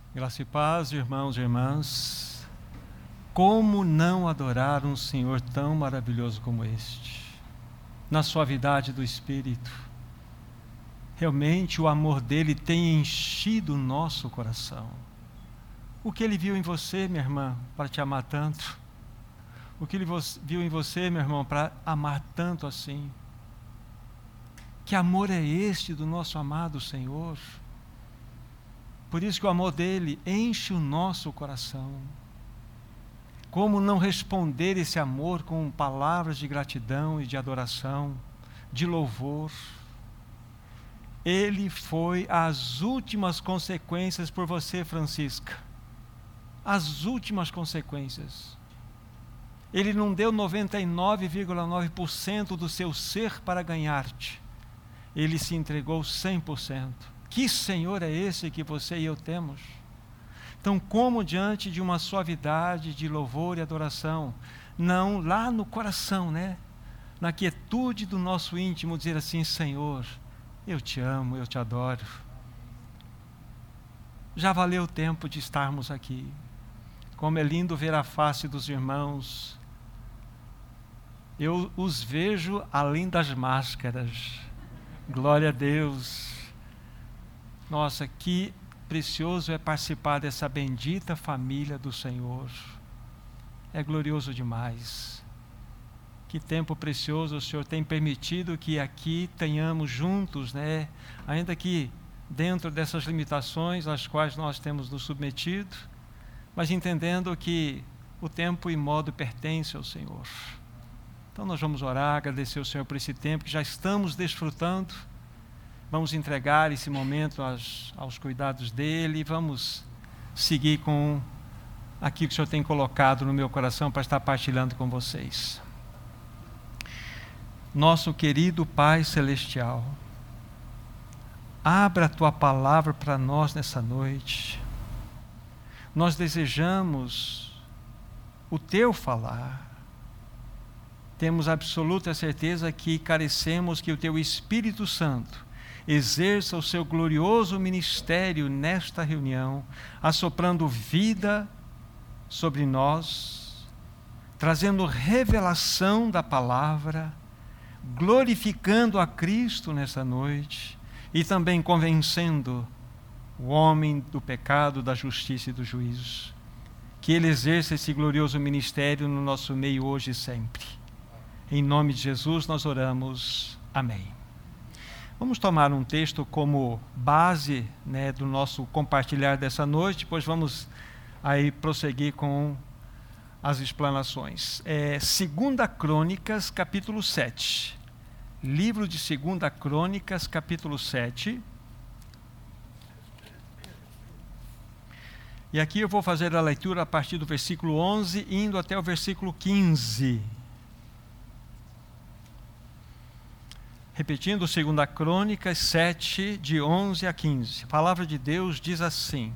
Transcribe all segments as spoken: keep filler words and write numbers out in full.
Graça e paz, irmãos e irmãs. Como não adorar um Senhor tão maravilhoso como este? Na suavidade do Espírito. Realmente o amor dele tem enchido o nosso coração. O que ele viu em você, minha irmã, para te amar tanto? O que ele viu em você, meu irmão, para amar tanto assim? Que amor é este do nosso amado Senhor? Por isso que o amor dele enche o nosso coração. Como não responder esse amor com palavras de gratidão e de adoração, de louvor? Ele foi às últimas consequências por você, Francisca. As últimas consequências. Ele não deu noventa e nove vírgula nove por cento do seu ser para ganhar-te. Ele se entregou cem por cento. Que Senhor é esse que você e eu temos? Então, como diante de uma suavidade de louvor e adoração, não lá no coração, né? Na quietude do nosso íntimo, dizer assim: Senhor, eu te amo, eu te adoro. Já valeu o tempo de estarmos aqui. Como é lindo ver a face dos irmãos. Eu os vejo além das máscaras. Glória a Deus. Nossa, que precioso é participar dessa bendita família do Senhor. É glorioso demais. Que tempo precioso o Senhor tem permitido que aqui tenhamos juntos, né? Ainda que dentro dessas limitações às quais nós temos nos submetido, mas entendendo que o tempo e modo pertence ao Senhor. Então nós vamos orar, agradecer ao Senhor por esse tempo que já estamos desfrutando. Vamos entregar esse momento aos, aos cuidados dele, vamos seguir com aquilo que o Senhor tem colocado no meu coração para estar partilhando com vocês. Nosso querido Pai Celestial, abra a Tua palavra para nós nessa noite. Nós desejamos o Teu falar. Temos absoluta certeza que carecemos que o Teu Espírito Santo exerça o seu glorioso ministério nesta reunião, assoprando vida sobre nós, trazendo revelação da palavra, glorificando a Cristo nessa noite e também convencendo o homem do pecado, da justiça e do juízo. Que ele exerça esse glorioso ministério no nosso meio hoje e sempre. Em nome de Jesus nós oramos. Amém. Vamos tomar um texto como base, né, do nosso compartilhar dessa noite, depois vamos aí prosseguir com as explanações. É, Segunda Crônicas, capítulo sete. Livro de Segunda Crônicas, capítulo sete. E aqui eu vou fazer a leitura a partir do versículo onze, indo até o versículo quinze. Repetindo, Segunda Crônicas sete, de onze a quinze. A palavra de Deus diz assim: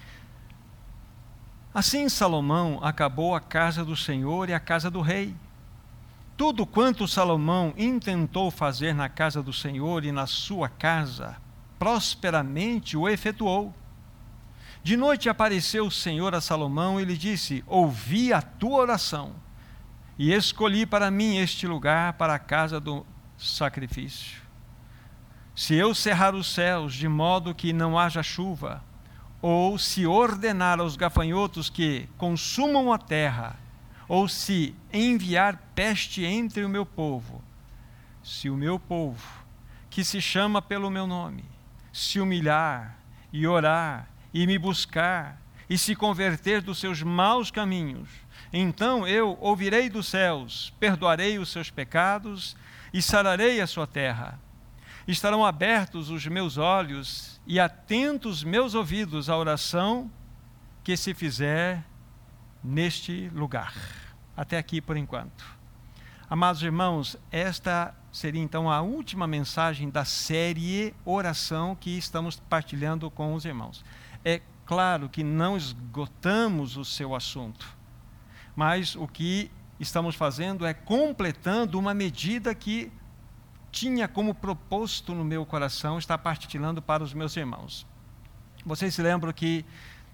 Assim Salomão acabou a casa do Senhor e a casa do rei. Tudo quanto Salomão intentou fazer na casa do Senhor e na sua casa, prosperamente o efetuou. De noite apareceu o Senhor a Salomão e lhe disse: Ouvi a tua oração e escolhi para mim este lugar para a casa do sacrifício. Se eu cerrar os céus de modo que não haja chuva, ou se ordenar aos gafanhotos que consumam a terra, ou se enviar peste entre o meu povo, se o meu povo, que se chama pelo meu nome, se humilhar e orar e me buscar e se converter dos seus maus caminhos, então eu ouvirei dos céus, perdoarei os seus pecados e sararei a sua terra. Estarão abertos os meus olhos e atentos meus ouvidos à oração que se fizer neste lugar. Até aqui por enquanto. Amados irmãos, esta seria então a última mensagem da série Oração que estamos partilhando com os irmãos. É claro que não esgotamos o seu assunto, mas o que estamos fazendo é completando uma medida que tinha como proposto no meu coração estar partilhando para os meus irmãos. Vocês se lembram que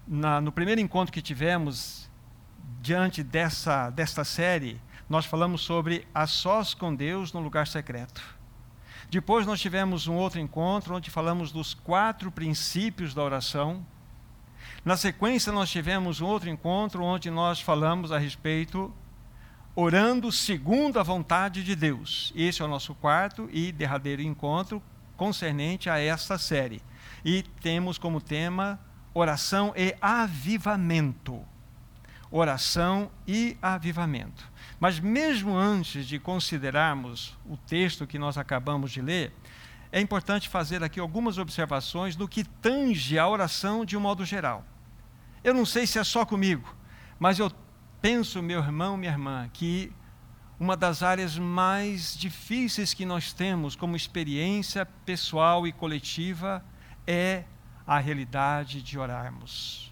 na, no primeiro encontro que tivemos, diante dessa, desta série, nós falamos sobre a sós com Deus no lugar secreto. Depois nós tivemos um outro encontro, onde falamos dos quatro princípios da oração. Na sequência, nós tivemos um outro encontro, onde nós falamos a respeito, orando segundo a vontade de Deus. Esse é o nosso quarto e derradeiro encontro, concernente a esta série. E temos como tema oração e avivamento. Oração e avivamento. Mas mesmo antes de considerarmos o texto que nós acabamos de ler, é importante fazer aqui algumas observações no que tange a oração de um modo geral. Eu não sei se é só comigo, mas eu penso, meu irmão, minha irmã, que uma das áreas mais difíceis que nós temos como experiência pessoal e coletiva é a realidade de orarmos.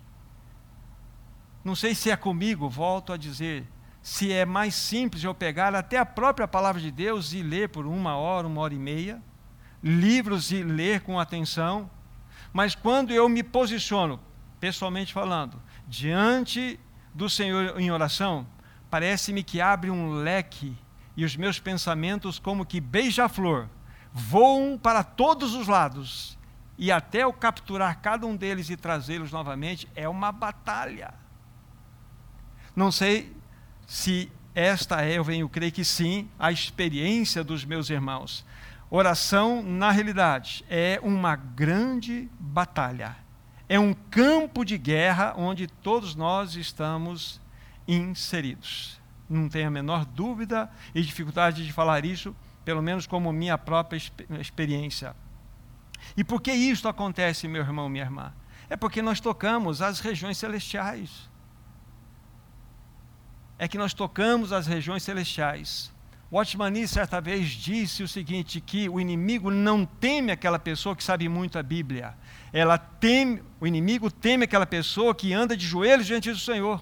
Não sei se é comigo, volto a dizer, se é mais simples eu pegar até a própria palavra de Deus e ler por uma hora, uma hora e meia, livros e ler com atenção, mas quando eu me posiciono, pessoalmente falando, diante do Senhor em oração, parece-me que abre um leque e os meus pensamentos, como que beija-flor, voam para todos os lados, e até eu capturar cada um deles e trazê-los novamente, é uma batalha. Não sei se esta é, eu venho creio que sim, a experiência dos meus irmãos. Oração, na realidade, é uma grande batalha. É um campo de guerra onde todos nós estamos inseridos. Não tenho a menor dúvida e dificuldade de falar isso, pelo menos como minha própria experiência. E por que isso acontece, meu irmão, minha irmã? É porque nós tocamos as regiões celestiais. É que nós tocamos as regiões celestiais. Watchman Nee certa vez disse o seguinte, que o inimigo não teme aquela pessoa que sabe muito a Bíblia. Ela teme, o inimigo teme aquela pessoa que anda de joelhos diante do Senhor.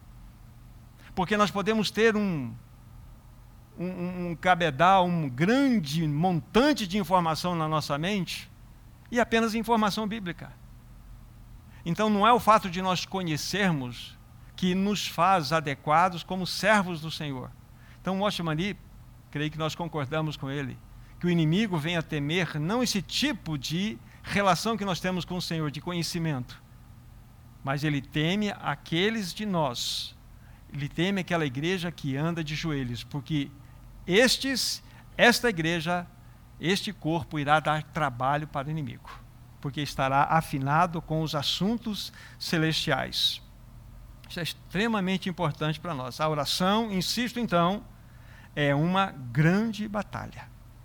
Porque nós podemos ter um, um, um cabedal, um grande montante de informação na nossa mente e apenas informação bíblica. Então não é o fato de nós conhecermos que nos faz adequados como servos do Senhor. Então, Watchman Nee, creio que nós concordamos com ele, que o inimigo vem a temer não esse tipo de relação que nós temos com o Senhor, de conhecimento, mas ele teme aqueles de nós, ele teme aquela igreja que anda de joelhos, porque estes, esta igreja, este corpo irá dar trabalho para o inimigo, porque estará afinado com os assuntos celestiais. Isso é extremamente importante para nós. A oração, insisto então, é uma grande batalha.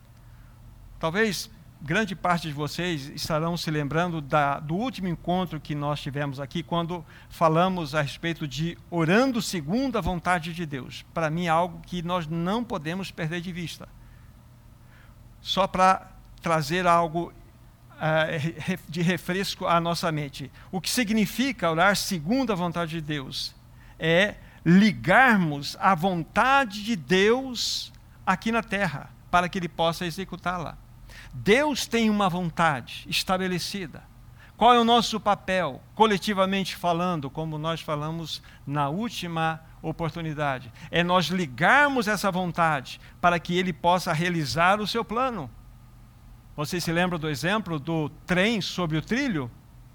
Talvez grande parte de vocês estarão se lembrando da, do último encontro que nós tivemos aqui, quando falamos a respeito de orando segundo a vontade de Deus. Para mim é algo que nós não podemos perder de vista. Só para trazer algo uh, de refresco à nossa mente. O que significa orar segundo a vontade de Deus? É ligarmos a vontade de Deus aqui na terra, para que Ele possa executá-la. Deus tem uma vontade estabelecida. Qual é o nosso papel, coletivamente falando, como nós falamos na última oportunidade? É nós ligarmos essa vontade para que Ele possa realizar o seu plano. Você se lembra do exemplo do trem sobre o trilho?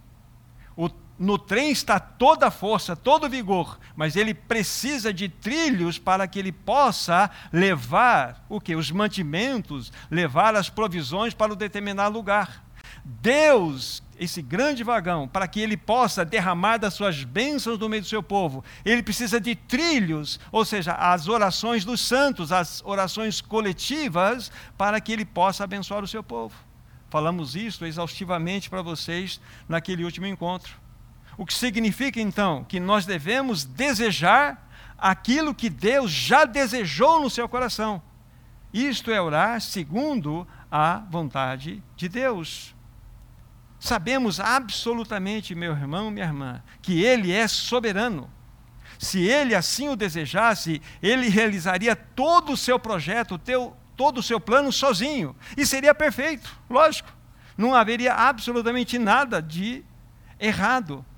O No trem está toda a força, todo o vigor, mas ele precisa de trilhos para que ele possa levar o quê? Os mantimentos, levar as provisões para um determinado lugar. Deus, esse grande vagão, para que ele possa derramar das suas bênçãos no meio do seu povo, ele precisa de trilhos, ou seja, as orações dos santos, as orações coletivas, para que ele possa abençoar o seu povo. Falamos isso exaustivamente para vocês naquele último encontro. O que significa, então, que nós devemos desejar aquilo que Deus já desejou no seu coração. Isto é orar segundo a vontade de Deus. Sabemos absolutamente, meu irmão, minha irmã, que Ele é soberano. Se Ele assim o desejasse, Ele realizaria todo o seu projeto, teu, todo o seu plano sozinho. E seria perfeito, lógico. Não haveria absolutamente nada de errado.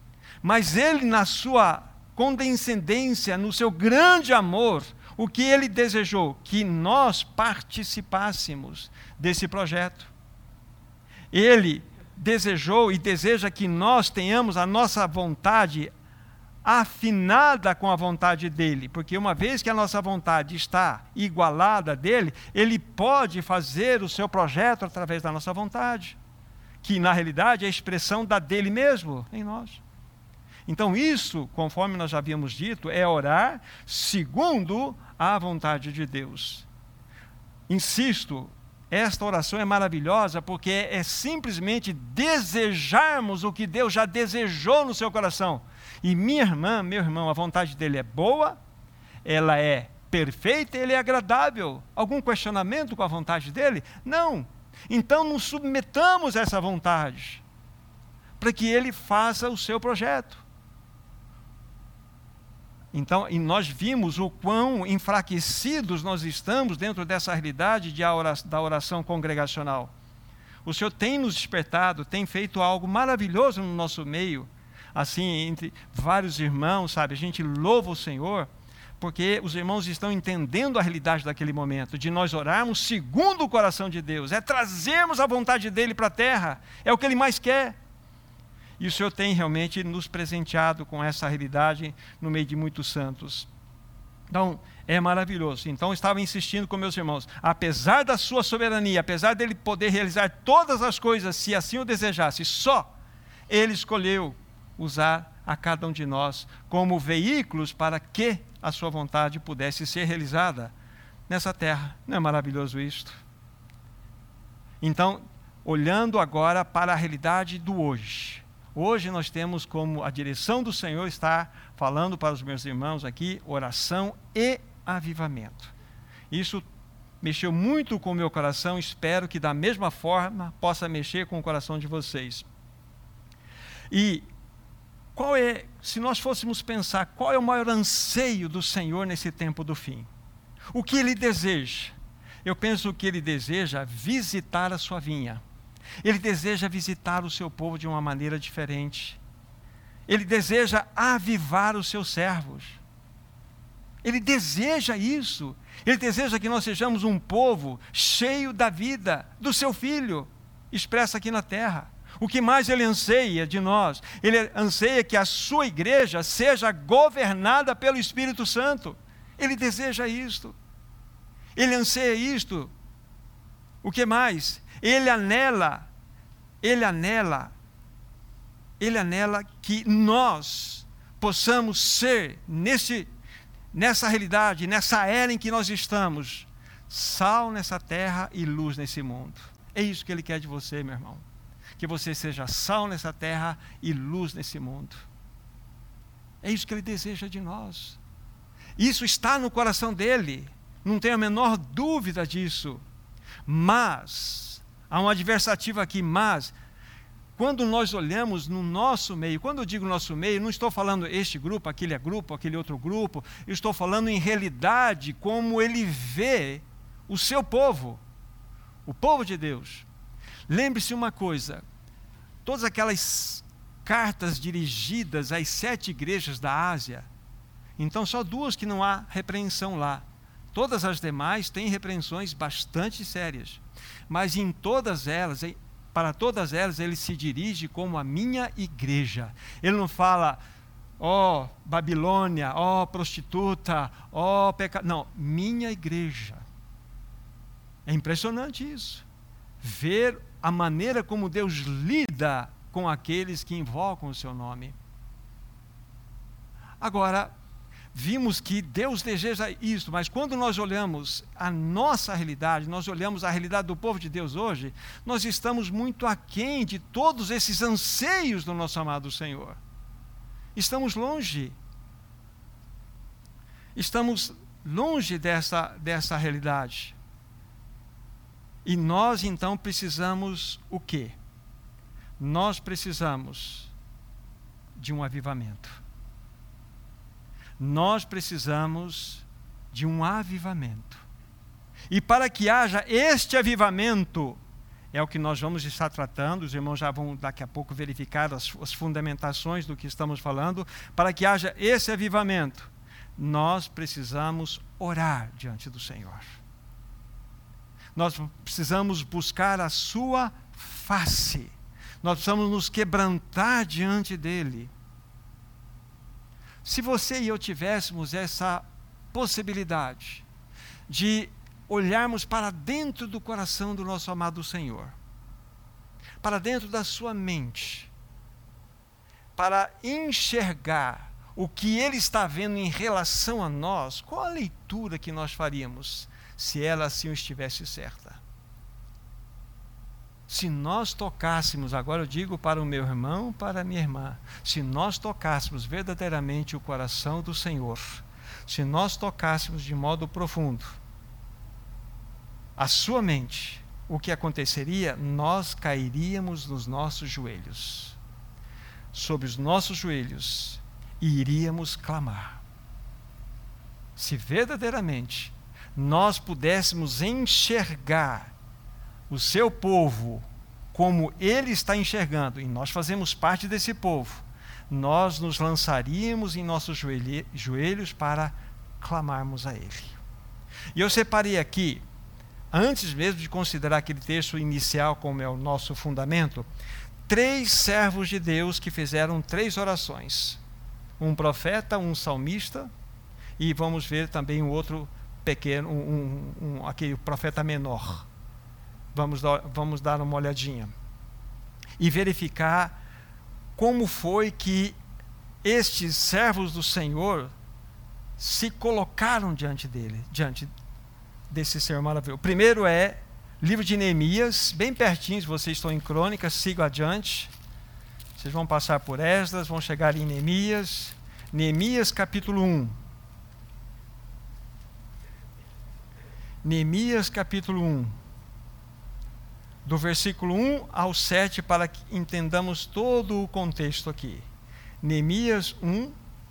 Mas Ele, na sua condescendência, no seu grande amor, o que Ele desejou? Que nós participássemos desse projeto. Ele desejou e deseja que nós tenhamos a nossa vontade afinada com a vontade dele, porque uma vez que a nossa vontade está igualada dele, ele pode fazer o seu projeto através da nossa vontade, que na realidade é a expressão da dele mesmo em nós. Então isso, conforme nós já havíamos dito, é orar segundo a vontade de Deus. Insisto, esta oração é maravilhosa porque é simplesmente desejarmos o que Deus já desejou no seu coração. E minha irmã, meu irmão, a vontade dele é boa, ela é perfeita, ele é agradável. Algum questionamento com a vontade dele? Não. Então nos submetamos a essa vontade, para que ele faça o seu projeto. Então, e nós vimos o quão enfraquecidos nós estamos dentro dessa realidade de oração, da oração congregacional. O Senhor tem nos despertado, tem feito algo maravilhoso no nosso meio, assim, entre vários irmãos, sabe? A gente louva o Senhor, porque os irmãos estão entendendo a realidade daquele momento, de nós orarmos segundo o coração de Deus, é trazermos a vontade dEle para a terra, é o que Ele mais quer. E o Senhor tem realmente nos presenteado com essa realidade no meio de muitos santos. Então, é maravilhoso. Então, eu estava insistindo com meus irmãos, apesar da sua soberania, apesar dele poder realizar todas as coisas, se assim o desejasse, só Ele escolheu usar a cada um de nós como veículos para que a sua vontade pudesse ser realizada nessa terra. Não é maravilhoso isto? Então, olhando agora para a realidade do hoje. Hoje nós temos como a direção do Senhor está falando para os meus irmãos aqui, oração e avivamento. Isso mexeu muito com o meu coração, espero que da mesma forma possa mexer com o coração de vocês. E qual é, se nós fôssemos pensar, qual é o maior anseio do Senhor nesse tempo do fim? O que Ele deseja? Eu penso que Ele deseja visitar a sua vinha. Ele deseja visitar o seu povo de uma maneira diferente. Ele deseja avivar os seus servos. Ele deseja isso. Ele deseja que nós sejamos um povo cheio da vida do seu Filho, expressa aqui na terra. O que mais Ele anseia de nós? Ele anseia que a sua igreja seja governada pelo Espírito Santo. Ele deseja isto. Ele anseia isto. O que mais? Ele anela, ele anela, ele anela que nós possamos ser, nesse, nessa realidade, nessa era em que nós estamos, sal nessa terra e luz nesse mundo. É isso que Ele quer de você, meu irmão. Que você seja sal nessa terra e luz nesse mundo. É isso que Ele deseja de nós. Isso está no coração dEle, não tenho a menor dúvida disso. Mas há um adversativo aqui, mas, quando nós olhamos no nosso meio, quando eu digo nosso meio, não estou falando este grupo, aquele é grupo, aquele outro grupo, eu estou falando em realidade como Ele vê o seu povo, o povo de Deus. Lembre-se uma coisa, todas aquelas cartas dirigidas às sete igrejas da Ásia, então só duas que não há repreensão lá. Todas as demais têm repreensões bastante sérias. Mas em todas elas, para todas elas, Ele se dirige como a minha igreja. Ele não fala, ó oh, Babilônia, ó oh, prostituta, ó oh, pecado. Não, minha igreja. É impressionante isso. Ver a maneira como Deus lida com aqueles que invocam o seu nome. Agora, vimos que Deus deseja isso, mas quando nós olhamos a nossa realidade, nós olhamos a realidade do povo de Deus hoje, nós estamos muito aquém de todos esses anseios do nosso amado Senhor. Estamos longe. Estamos longe dessa, dessa realidade. E nós então precisamos o quê? Nós precisamos de um avivamento. Nós precisamos de um avivamento. E para que haja este avivamento, É o que nós vamos estar tratando. Os irmãos já vão daqui a pouco verificar as, as fundamentações do que estamos falando. Para que haja esse avivamento, nós precisamos orar diante do Senhor. Nós precisamos buscar a sua face. Nós precisamos nos quebrantar diante dele. Se você e eu tivéssemos essa possibilidade de olharmos para dentro do coração do nosso amado Senhor, para dentro da sua mente, para enxergar o que Ele está vendo em relação a nós, qual a leitura que nós faríamos, se ela assim estivesse certa? Se nós tocássemos, agora eu digo para o meu irmão, para a minha irmã, se nós tocássemos verdadeiramente o coração do Senhor, se nós tocássemos de modo profundo a sua mente, o que aconteceria? Nós cairíamos nos nossos joelhos, sobre os nossos joelhos, e iríamos clamar. Se verdadeiramente nós pudéssemos enxergar o seu povo como ele está enxergando, e nós fazemos parte desse povo, nós nos lançaríamos em nossos joelhos para clamarmos a ele. E eu separei aqui, antes mesmo de considerar aquele texto inicial como é o nosso fundamento, três servos de Deus que fizeram três orações. Um profeta, um salmista, e vamos ver também um outro pequeno, um, um, um, aquele profeta menor. Vamos dar, vamos dar uma olhadinha e verificar como foi que estes servos do Senhor se colocaram diante dele, diante desse Senhor maravilhoso. O primeiro é livro de Neemias, bem pertinho, se vocês estão em Crônicas, sigam adiante. Vocês vão passar por Esdras, vão chegar em Neemias. Neemias capítulo um. Neemias capítulo um. Do versículo um ao sete, para que entendamos todo o contexto aqui. Neemias um,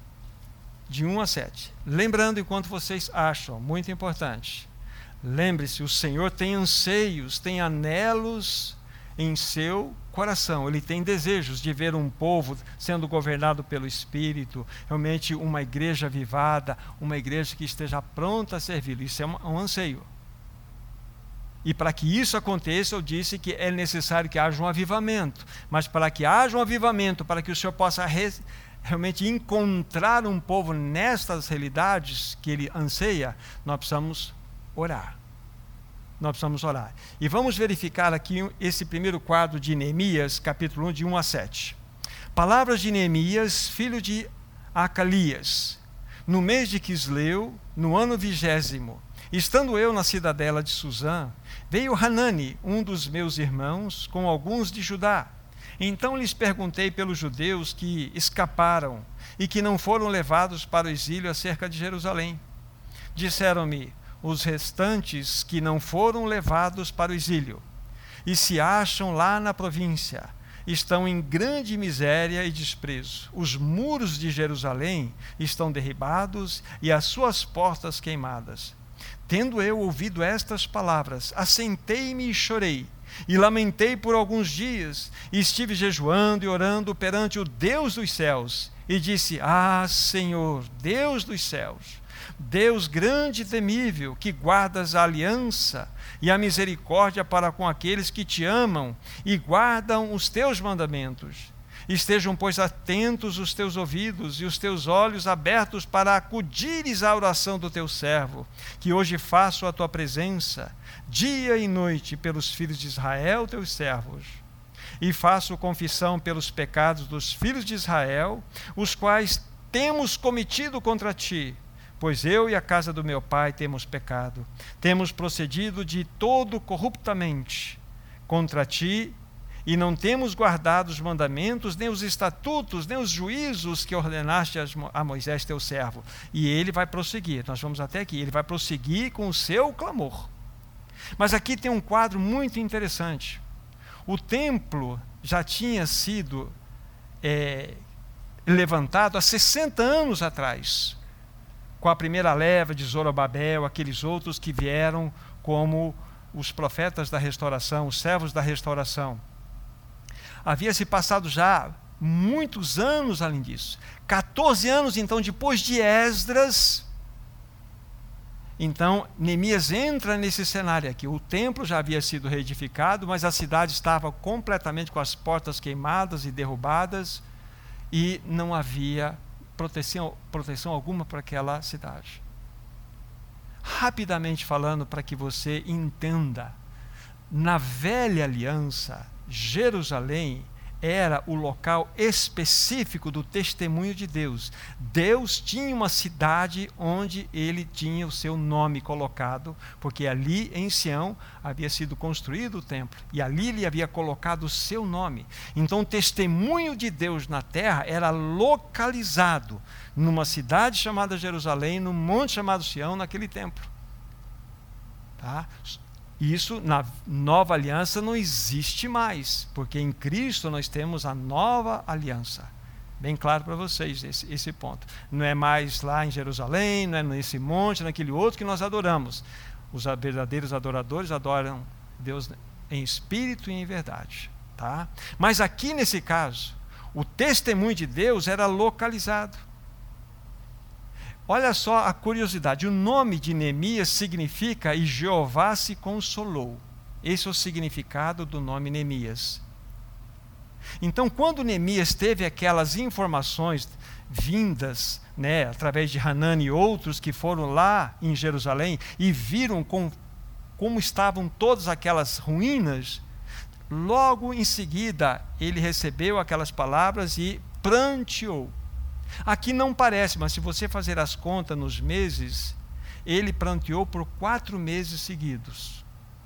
de um a sete. Lembrando, enquanto vocês acham, muito importante, lembre-se, o Senhor tem anseios, tem anelos em seu coração. Ele tem desejos de ver um povo sendo governado pelo Espírito, realmente uma igreja avivada, uma igreja que esteja pronta a servi-lo. Isso é um, um anseio. E para que isso aconteça, eu disse que é necessário que haja um avivamento. Mas para que haja um avivamento, para que o Senhor possa re, realmente encontrar um povo nestas realidades que Ele anseia, nós precisamos orar. Nós precisamos orar. E vamos verificar aqui esse primeiro quadro de Neemias, capítulo um, de um a sete. Palavras de Neemias, filho de Acalias. No mês de Quisleu, no ano vigésimo, estando eu na cidadela de Suzã, veio Hanani, um dos meus irmãos, com alguns de Judá. Então lhes perguntei pelos judeus que escaparam e que não foram levados para o exílio acerca de Jerusalém. Disseram-me: os restantes que não foram levados para o exílio e se acham lá na província estão em grande miséria e desprezo. Os muros de Jerusalém estão derribados e as suas portas queimadas. Tendo eu ouvido estas palavras, assentei-me e chorei, e lamentei por alguns dias, e estive jejuando e orando perante o Deus dos céus, e disse: ah, Senhor, Deus dos céus, Deus grande e temível, que guardas a aliança e a misericórdia para com aqueles que te amam e guardam os teus mandamentos. Estejam, pois, atentos os teus ouvidos e os teus olhos abertos para acudires à oração do teu servo, que hoje faço a tua presença, dia e noite, pelos filhos de Israel, teus servos. E faço confissão pelos pecados dos filhos de Israel, os quais temos cometido contra ti, pois eu e a casa do meu pai temos pecado. Temos procedido de todo corruptamente contra ti, e não temos guardado os mandamentos, nem os estatutos, nem os juízos que ordenaste a Moisés teu servo. E ele vai prosseguir, nós vamos até aqui, ele vai prosseguir com o seu clamor. Mas aqui tem um quadro muito interessante. O templo já tinha sido é, levantado há sessenta anos atrás, com a primeira leva de Zorobabel, aqueles outros que vieram como os profetas da restauração, os servos da restauração. Havia se passado já muitos anos além disso. quatorze anos, então, depois de Esdras. Então, Neemias entra nesse cenário aqui. O templo já havia sido reedificado, mas a cidade estava completamente com as portas queimadas e derrubadas, e não havia proteção, proteção alguma para aquela cidade. Rapidamente falando, para que você entenda, na velha aliança, Jerusalém era o local específico do testemunho de Deus. Deus tinha uma cidade onde ele tinha o seu nome colocado, porque ali em Sião havia sido construído o templo, e ali ele havia colocado o seu nome. Então o testemunho de Deus na terra era localizado numa cidade chamada Jerusalém, num monte chamado Sião, naquele templo. Tá? Isso na nova aliança não existe mais, porque em Cristo nós temos a nova aliança. Bem claro para vocês esse, esse ponto. Não é mais lá em Jerusalém, não é nesse monte, naquele outro que nós adoramos. Os verdadeiros adoradores adoram Deus em espírito e em verdade. Tá? Mas aqui nesse caso, o testemunho de Deus era localizado. Olha só a curiosidade, o nome de Neemias significa "e Jeová se consolou". Esse é o significado do nome Neemias. Então, quando Neemias teve aquelas informações vindas, né, através de Hanani e outros que foram lá em Jerusalém e viram com, como estavam todas aquelas ruínas, logo em seguida ele recebeu aquelas palavras e pranteou. Aqui não parece, mas se você fazer as contas nos meses, ele pranteou por quatro meses seguidos,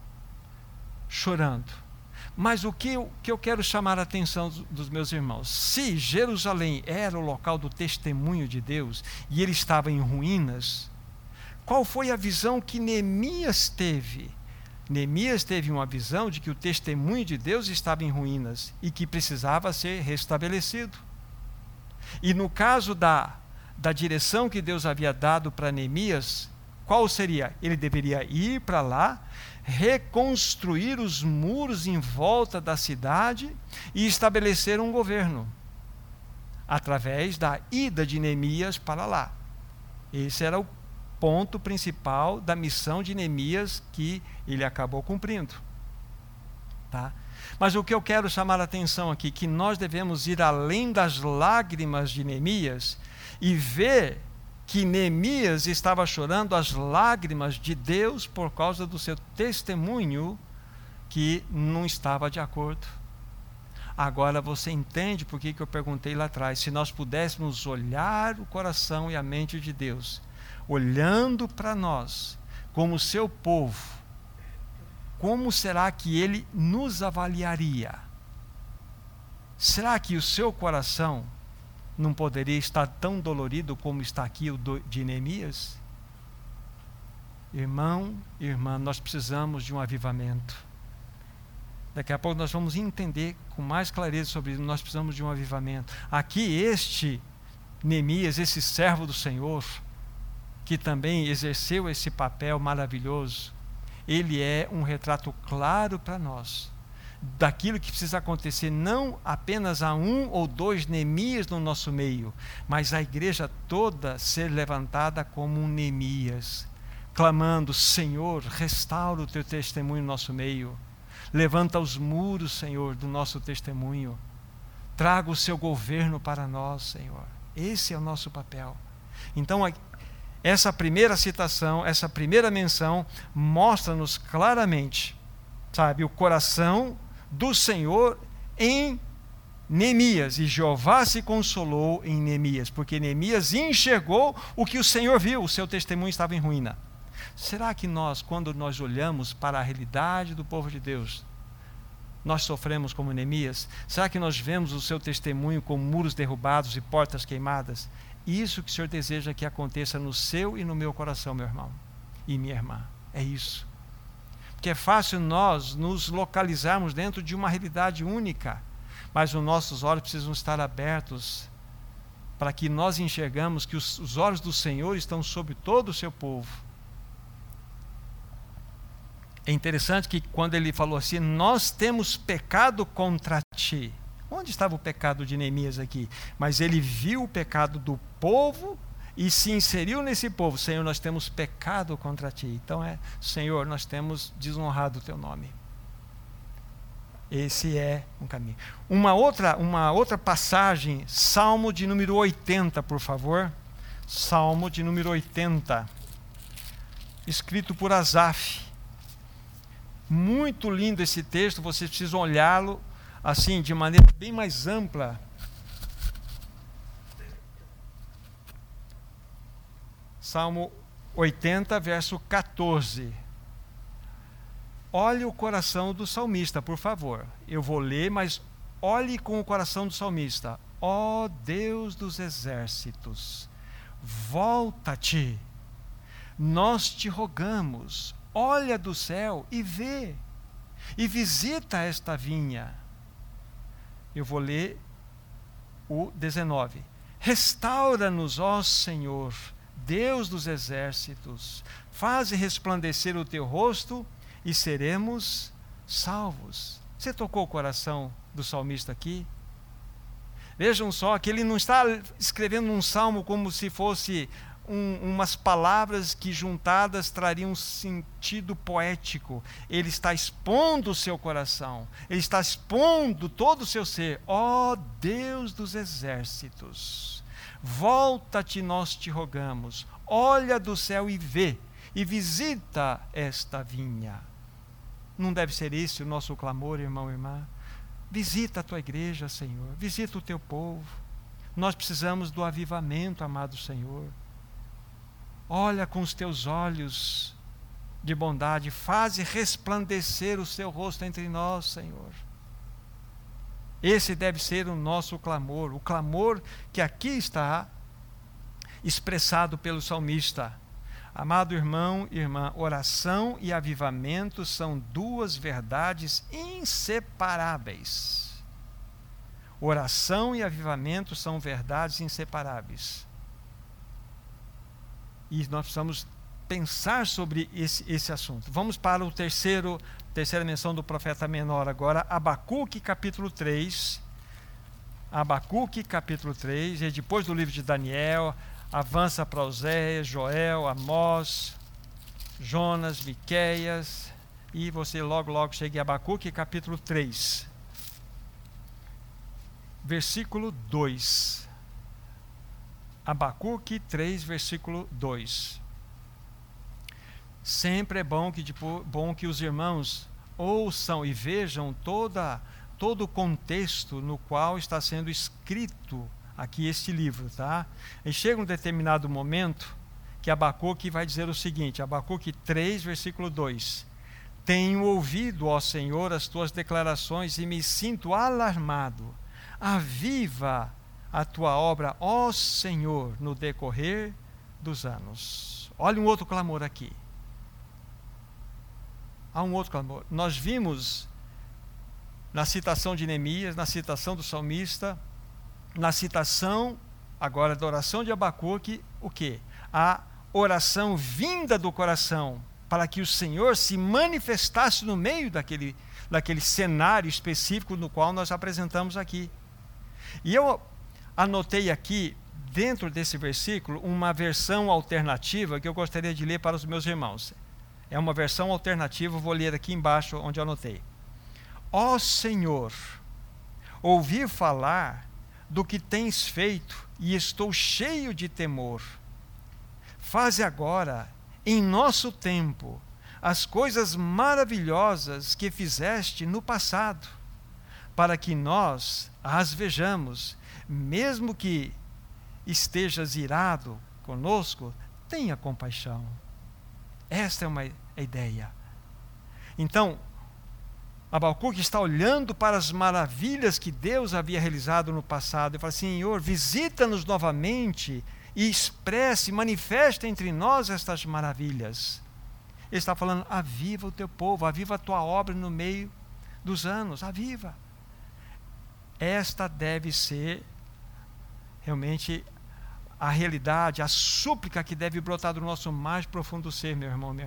chorando. Mas o que eu, que eu quero chamar a atenção dos meus irmãos, se Jerusalém era o local do testemunho de Deus e ele estava em ruínas, qual foi a visão que Neemias teve? Neemias teve uma visão de que o testemunho de Deus estava em ruínas e que precisava ser restabelecido. E no caso da, da direção que Deus havia dado para Neemias, qual seria? Ele deveria ir para lá, reconstruir os muros em volta da cidade e estabelecer um governo, através da ida de Neemias para lá. Esse era o ponto principal da missão de Neemias, que ele acabou cumprindo. Tá? Mas o que eu quero chamar a atenção aqui, que nós devemos ir além das lágrimas de Neemias e ver que Neemias estava chorando as lágrimas de Deus por causa do seu testemunho que não estava de acordo. Agora você entende por que eu perguntei lá atrás, se nós pudéssemos olhar o coração e a mente de Deus, olhando para nós como seu povo, como será que ele nos avaliaria? Será que o seu coração não poderia estar tão dolorido como está aqui o de Neemias? Irmão, irmã, nós precisamos de um avivamento. Daqui a pouco nós vamos entender com mais clareza sobre isso. Nós precisamos de um avivamento. Aqui este Neemias, esse servo do Senhor, que também exerceu esse papel maravilhoso, ele é um retrato claro para nós daquilo que precisa acontecer, não apenas a um ou dois Neemias no nosso meio, mas a igreja toda ser levantada como um Neemias, clamando: Senhor, restaura o teu testemunho no nosso meio, levanta os muros, Senhor, do nosso testemunho, traga o seu governo para nós, Senhor. Esse é o nosso papel. Então, essa primeira citação, essa primeira menção, mostra-nos claramente, sabe, o coração do Senhor em Neemias. E Jeová se consolou em Neemias, porque Neemias enxergou o que o Senhor viu, o seu testemunho estava em ruína. Será que nós, quando nós olhamos para a realidade do povo de Deus, nós sofremos como Neemias? Será que nós vemos o seu testemunho com muros derrubados e portas queimadas? Isso que o Senhor deseja que aconteça no seu e no meu coração, meu irmão e minha irmã. É isso. Porque é fácil nós nos localizarmos dentro de uma realidade única, mas os nossos olhos precisam estar abertos para que nós enxergamos que os, os olhos do Senhor estão sobre todo o seu povo. É interessante que quando ele falou assim, nós temos pecado contra ti. Onde estava o pecado de Neemias aqui? Mas ele viu o pecado do povo e se inseriu nesse povo. Senhor, nós temos pecado contra ti. Então é, Senhor, nós temos desonrado o teu nome. Esse é um caminho. Uma outra, uma outra passagem, Salmo de número oitenta, por favor. Salmo de número oitenta, escrito por Asaf. Muito lindo esse texto, vocês precisam olhá-lo assim, de maneira bem mais ampla. Salmo oitenta, verso quatorze. Olhe o coração do salmista, por favor. Eu vou ler, mas olhe com o coração do salmista. Ó Deus dos exércitos, volta-te, nós te rogamos, olha do céu e vê, e visita esta vinha. Eu vou ler o dezenove. Restaura-nos, ó Senhor, Deus dos exércitos, faze resplandecer o teu rosto e seremos salvos. Você tocou o coração do salmista aqui? Vejam só que ele não está escrevendo um salmo como se fosse um, umas palavras que juntadas trariam um sentido poético. Ele está expondo o seu coração, ele está expondo todo o seu ser. Ó Deus dos exércitos, volta-te, nós te rogamos, olha do céu e vê, e visita esta vinha. Não deve ser esse o nosso clamor, irmão e irmã? Visita a tua igreja, Senhor, visita o teu povo. Nós precisamos do avivamento, amado Senhor. Olha com os teus olhos de bondade, faze resplandecer o seu rosto entre nós, Senhor. Esse deve ser o nosso clamor, o clamor que aqui está expressado pelo salmista. Amado irmão e irmã, oração e avivamento são duas verdades inseparáveis. Oração e avivamento são verdades inseparáveis. E nós precisamos pensar sobre esse, esse assunto. Vamos para o terceiro, terceira menção do profeta menor agora, Abacuque capítulo três. Abacuque capítulo três, e depois do livro de Daniel, avança para Oséias, Joel, Amós, Jonas, Miqueias, e você logo, logo chega em Abacuque capítulo três, versículo dois. Abacuque três, versículo dois. Sempre é bom que, bom que os irmãos ouçam e vejam toda, todo o contexto no qual está sendo escrito aqui este livro, tá? E chega um determinado momento que Abacuque vai dizer o seguinte, Abacuque três, versículo dois. Tenho ouvido, ó Senhor, as tuas declarações e me sinto alarmado. Aviva a tua obra, ó Senhor, no decorrer dos anos. Olha um outro clamor aqui. Há um outro clamor. Nós vimos na citação de Neemias, na citação do salmista, na citação agora da oração de Abacuque, o quê? A oração vinda do coração, para que o Senhor se manifestasse no meio daquele, daquele cenário específico no qual nós apresentamos aqui. E eu anotei aqui, dentro desse versículo, uma versão alternativa que eu gostaria de ler para os meus irmãos. É uma versão alternativa, vou ler aqui embaixo onde eu anotei. Ó Senhor, ouvi falar do que tens feito e estou cheio de temor. Faze agora, em nosso tempo, as coisas maravilhosas que fizeste no passado, para que nós as vejamos, mesmo que estejas irado conosco, tenha compaixão. Esta é uma ideia. Então, Abacuque está olhando para as maravilhas que Deus havia realizado no passado e fala: Senhor, visita-nos novamente e expresse, manifeste entre nós estas maravilhas. Ele está falando: aviva o teu povo, aviva a tua obra no meio dos anos, aviva. Esta deve ser realmente a realidade, a súplica que deve brotar do nosso mais profundo ser, meu irmão, minha irmã.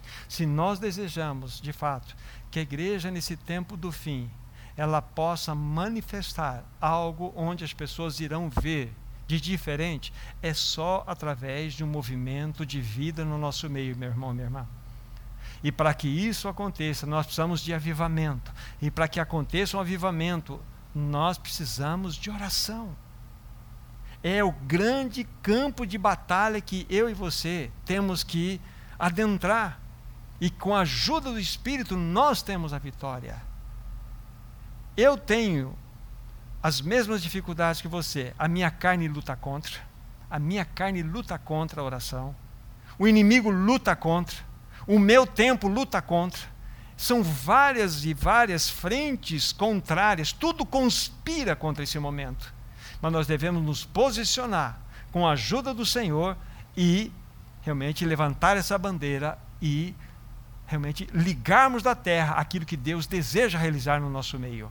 Se nós desejamos, de fato, que a igreja nesse tempo do fim, ela possa manifestar algo onde as pessoas irão ver de diferente, é só através de um movimento de vida no nosso meio, meu irmão, minha irmã. E para que isso aconteça, nós precisamos de avivamento. E para que aconteça um avivamento, nós precisamos de oração. É o grande campo de batalha que eu e você temos que adentrar. E com a ajuda do Espírito, nós temos a vitória. Eu tenho as mesmas dificuldades que você. A minha carne luta contra. A minha carne luta contra a oração. O inimigo luta contra. O meu tempo luta contra. São várias e várias frentes contrárias. Tudo conspira contra esse momento. Mas nós devemos nos posicionar com a ajuda do Senhor e realmente levantar essa bandeira e realmente ligarmos da terra aquilo que Deus deseja realizar no nosso meio.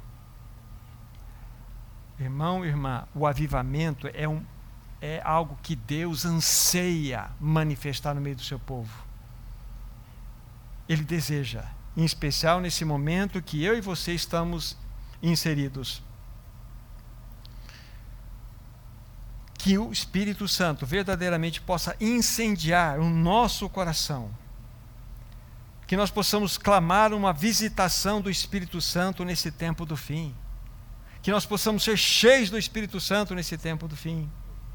Irmão e irmã, o avivamento é, um, é algo que Deus anseia manifestar no meio do seu povo. Ele deseja, em especial nesse momento que eu e você estamos inseridos. Que o Espírito Santo verdadeiramente possa incendiar o nosso coração. Que nós possamos clamar uma visitação do Espírito Santo nesse tempo do fim. Que nós possamos ser cheios do Espírito Santo nesse tempo do fim.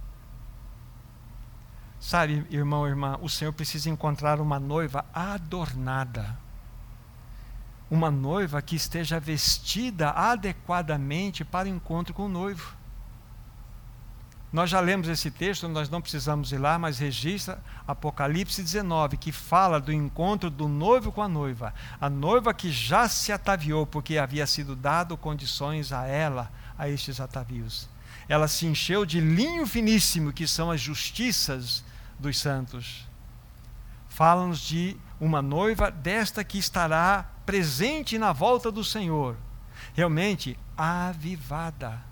Sabe, irmão e irmã, o Senhor precisa encontrar uma noiva adornada. Uma noiva que esteja vestida adequadamente para o encontro com o noivo. Nós já lemos esse texto, nós não precisamos ir lá, mas registra Apocalipse dezenove, que fala do encontro do noivo com a noiva. A noiva que já se ataviou, porque havia sido dado condições a ela, a estes atavios. Ela se encheu de linho finíssimo, que são as justiças dos santos. Fala-nos de uma noiva desta que estará presente na volta do Senhor, realmente avivada.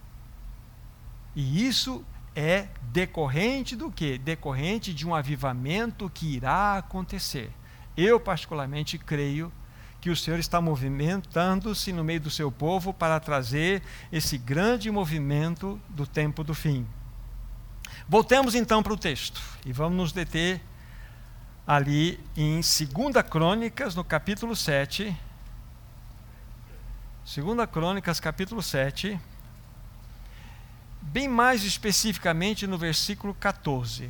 E isso é decorrente do quê? Decorrente de um avivamento que irá acontecer. Eu particularmente creio que o Senhor está movimentando-se no meio do seu povo para trazer esse grande movimento do tempo do fim. Voltemos então para o texto e vamos nos deter ali em Segunda Crônicas, no capítulo sete. Segunda Crônicas, capítulo sete. Bem mais especificamente no versículo catorze.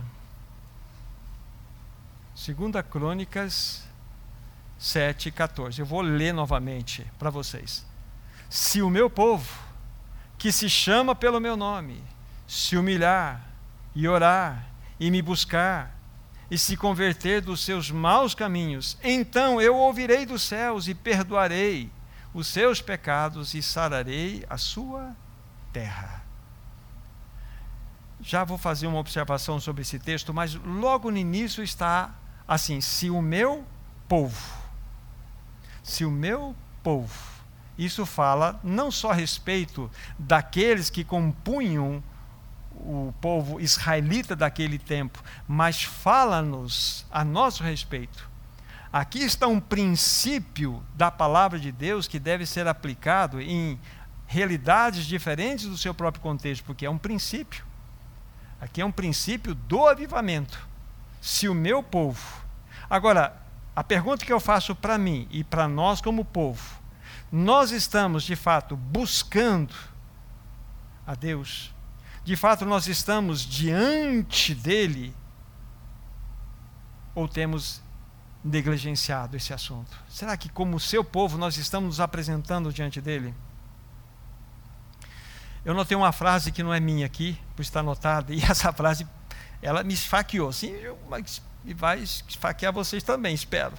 Segunda Crônicas sete, catorze. Eu vou ler novamente para vocês. Se o meu povo, que se chama pelo meu nome, se humilhar e orar e me buscar e se converter dos seus maus caminhos, então eu ouvirei dos céus e perdoarei os seus pecados e sararei a sua terra. Já vou fazer uma observação sobre esse texto, mas logo no início está assim: se o meu povo, se o meu povo, isso fala não só a respeito daqueles que compunham o povo israelita daquele tempo, mas fala-nos a nosso respeito. Aqui está um princípio da palavra de Deus que deve ser aplicado em realidades diferentes do seu próprio contexto, porque é um princípio. Aqui é um princípio do avivamento. Se o meu povo... Agora, a pergunta que eu faço para mim e para nós como povo, nós estamos de fato buscando a Deus? De fato nós estamos diante dele? Ou temos negligenciado esse assunto? Será que como seu povo nós estamos nos apresentando diante dele? Eu notei uma frase que não é minha aqui, por estar anotada, e essa frase, ela me esfaqueou, assim, e vai esfaquear vocês também, espero.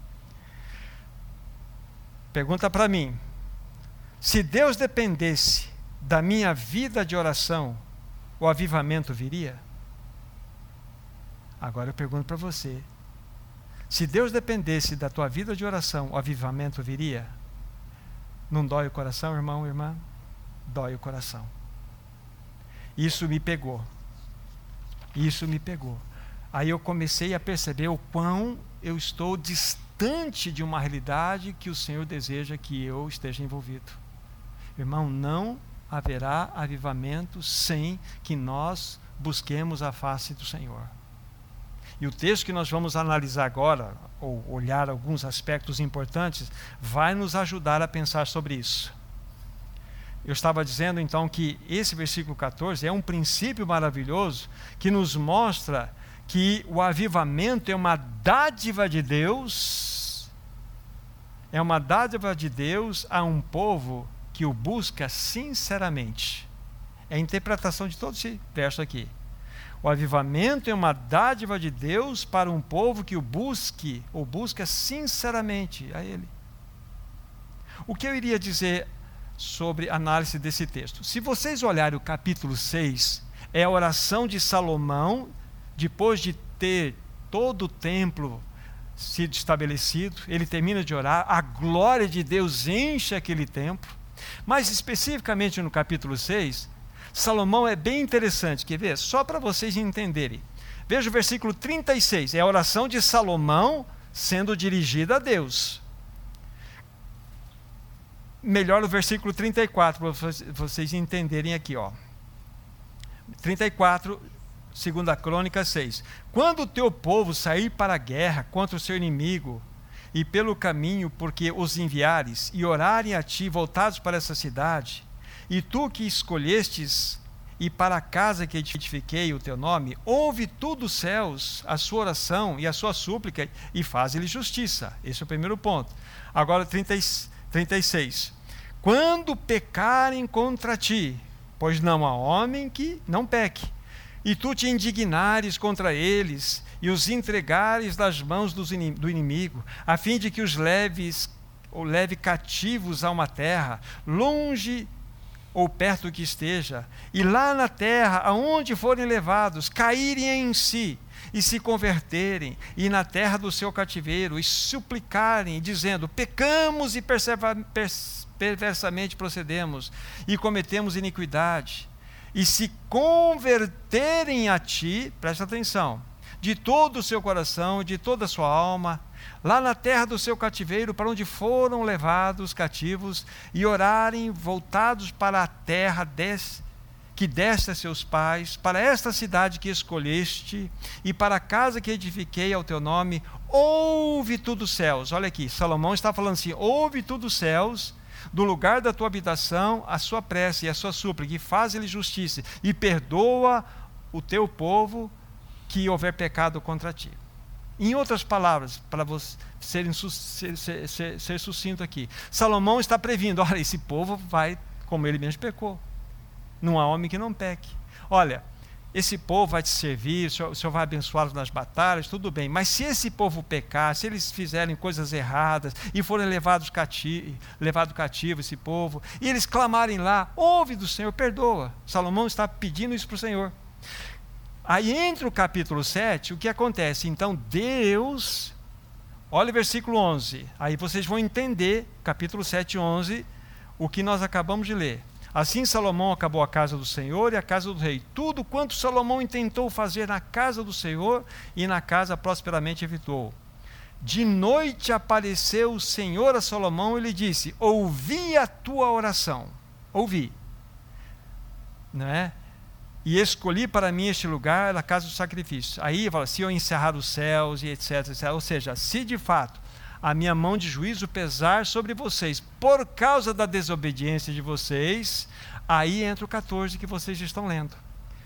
Pergunta para mim: se Deus dependesse da minha vida de oração, o avivamento viria? Agora eu pergunto para você: se Deus dependesse da tua vida de oração, o avivamento viria? Não dói o coração, irmão, irmã? Dói o coração. Isso me pegou. Isso me pegou. Aí eu comecei a perceber o quão eu estou distante de uma realidade que o Senhor deseja que eu esteja envolvido. Irmão, não haverá avivamento sem que nós busquemos a face do Senhor. E o texto que nós vamos analisar agora, ou olhar alguns aspectos importantes, vai nos ajudar a pensar sobre isso. Eu estava dizendo então que esse versículo catorze é um princípio maravilhoso que nos mostra que o avivamento é uma dádiva de Deus, é uma dádiva de Deus a um povo que o busca sinceramente. É a interpretação de todo esse verso aqui. O avivamento é uma dádiva de Deus para um povo que o busque, ou busca sinceramente a Ele. O que eu iria dizer sobre a análise desse texto? Se vocês olharem o capítulo seis, é a oração de Salomão, depois de ter todo o templo sido estabelecido, ele termina de orar, a glória de Deus enche aquele templo. Mais especificamente no capítulo seis, Salomão é bem interessante, quer ver? Só para vocês entenderem. Veja o versículo trinta e seis, é a oração de Salomão sendo dirigida a Deus. Melhor o versículo trinta e quatro, para vocês entenderem aqui, ó. trinta e quatro, segunda Crônica seis. Quando o teu povo sair para a guerra contra o seu inimigo, e pelo caminho porque os enviares, e orarem a ti voltados para essa cidade, e tu que escolhestes, e para a casa que edifiquei o teu nome, ouve tu dos céus a sua oração e a sua súplica, e faz-lhe justiça. Esse é o primeiro ponto. Agora trinta e seis. Quando pecarem contra ti, pois não há homem que não peque, e tu te indignares contra eles, e os entregares nas mãos do inimigo, a fim de que os leves, ou leve cativos a uma terra, longe ou perto que esteja, e lá na terra, aonde forem levados, caírem em si, e se converterem, e na terra do seu cativeiro, e suplicarem, dizendo, pecamos e perversamente procedemos, e cometemos iniquidade, e se converterem a ti, presta atenção, de todo o seu coração, de toda a sua alma, lá na terra do seu cativeiro, para onde foram levados cativos, e orarem voltados para a terra des, que deste a seus pais, para esta cidade que escolheste, e para a casa que edifiquei ao teu nome, ouve tu dos céus. Olha aqui, Salomão está falando assim, ouve tu dos céus, do lugar da tua habitação, a sua prece e a sua súplica, e faz-lhe justiça, e perdoa o teu povo que houver pecado contra ti. Em outras palavras, para você ser, ser, ser, ser sucinto aqui, Salomão está previndo, olha, esse povo vai, como ele mesmo pecou, não há homem que não peque. Olha, esse povo vai te servir, o Senhor, o Senhor vai abençoá-los nas batalhas, tudo bem, mas se esse povo pecar, se eles fizerem coisas erradas, e forem levados cativo, levado cativo esse povo, e eles clamarem lá, ouve do Senhor, perdoa. Salomão está pedindo isso para o Senhor. Aí entra o capítulo sete, o que acontece? Então Deus, olha o versículo onze, aí vocês vão entender, capítulo sete, onze, o que nós acabamos de ler. Assim Salomão acabou a casa do Senhor e a casa do rei. Tudo quanto Salomão intentou fazer na casa do Senhor e na casa prosperamente evitou. De noite apareceu o Senhor a Salomão e lhe disse, ouvi a tua oração, ouvi, não é? E escolhi para mim este lugar, a casa do sacrifício. Aí fala, se eu encerrar os céus e etc, etcétera. Ou seja, se de fato a minha mão de juízo pesar sobre vocês, por causa da desobediência de vocês, aí entra o catorze que vocês estão lendo.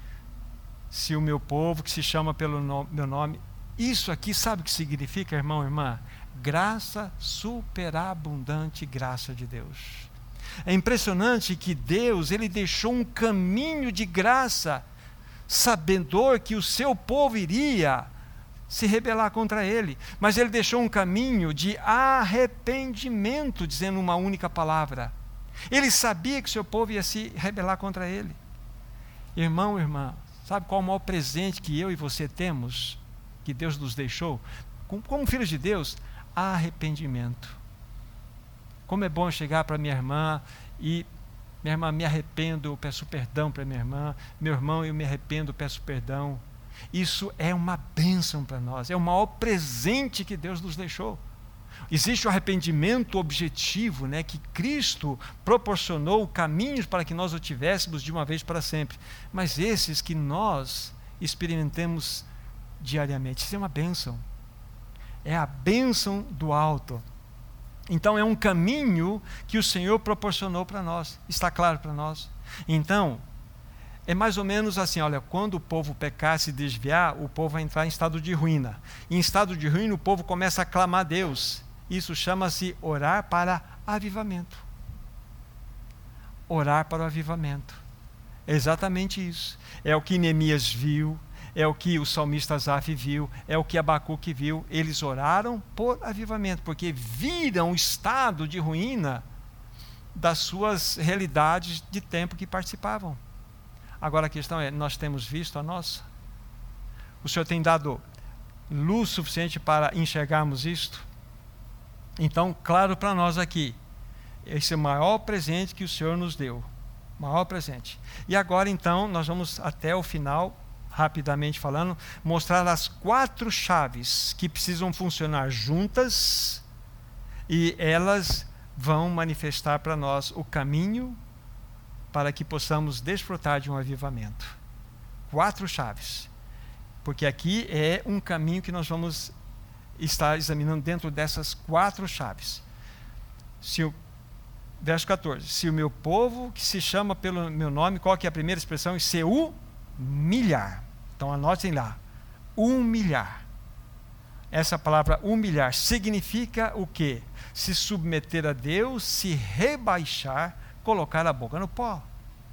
Se o meu povo, que se chama pelo no, meu nome, isso aqui sabe o que significa, irmão, irmã? Graça superabundante, graça de Deus. É impressionante que Deus, ele deixou um caminho de graça, sabedor que o seu povo iria se rebelar contra ele, mas ele deixou um caminho de arrependimento, dizendo uma única palavra. Ele sabia que o seu povo ia se rebelar contra ele. Irmão, irmã, sabe qual é o maior presente que eu e você temos, que Deus nos deixou? Como, como filhos de Deus, arrependimento. Como é bom chegar para minha irmã e, minha irmã, me arrependo, eu peço perdão para minha irmã, meu irmão, eu me arrependo, peço perdão. Isso é uma bênção para nós, é o maior presente que Deus nos deixou. Existe o arrependimento objetivo, né, que Cristo proporcionou caminhos para que nós o tivéssemos de uma vez para sempre. Mas esses que nós experimentamos diariamente, isso é uma bênção. É a bênção do alto. Então é um caminho que o Senhor proporcionou para nós. Está claro para nós? Então, é mais ou menos assim, olha, quando o povo pecar, se desviar, o povo vai entrar em estado de ruína. Em estado de ruína, o povo começa a clamar a Deus. Isso chama-se orar para avivamento. Orar para o avivamento. É exatamente isso. É o que Neemias viu, é o que o salmista Asaf viu, é o que Abacuque viu. Eles oraram por avivamento, porque viram o estado de ruína das suas realidades de tempo que participavam. Agora a questão é, nós temos visto a nossa? O Senhor tem dado luz suficiente para enxergarmos isto? Então, claro para nós aqui, esse é o maior presente que o Senhor nos deu. Maior presente. E agora então, nós vamos até o final, rapidamente falando, mostrar as quatro chaves que precisam funcionar juntas e elas vão manifestar para nós o caminho para que possamos desfrutar de um avivamento. Quatro chaves. Porque aqui é um caminho que nós vamos estar examinando dentro dessas quatro chaves. Se o, verso catorze. Se o meu povo, que se chama pelo meu nome, qual que é a primeira expressão? Se humilhar. Então anotem lá. Humilhar. Essa palavra humilhar significa o quê? Se submeter a Deus, se rebaixar, colocar a boca no pó.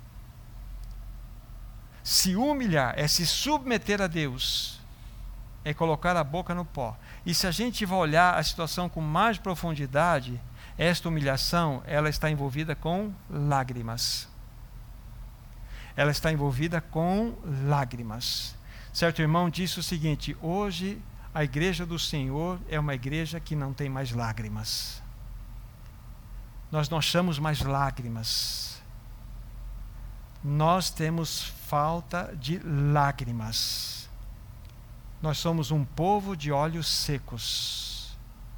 Se humilhar é se submeter a Deus, é colocar a boca no pó. E se a gente vai olhar a situação com mais profundidade, esta humilhação, ela está envolvida com lágrimas. Ela está envolvida com lágrimas. Certo irmão disse o seguinte: hoje a igreja do Senhor é uma igreja que não tem mais lágrimas. Nós não achamos mais lágrimas. Nós temos falta de lágrimas. Nós somos um povo de olhos secos.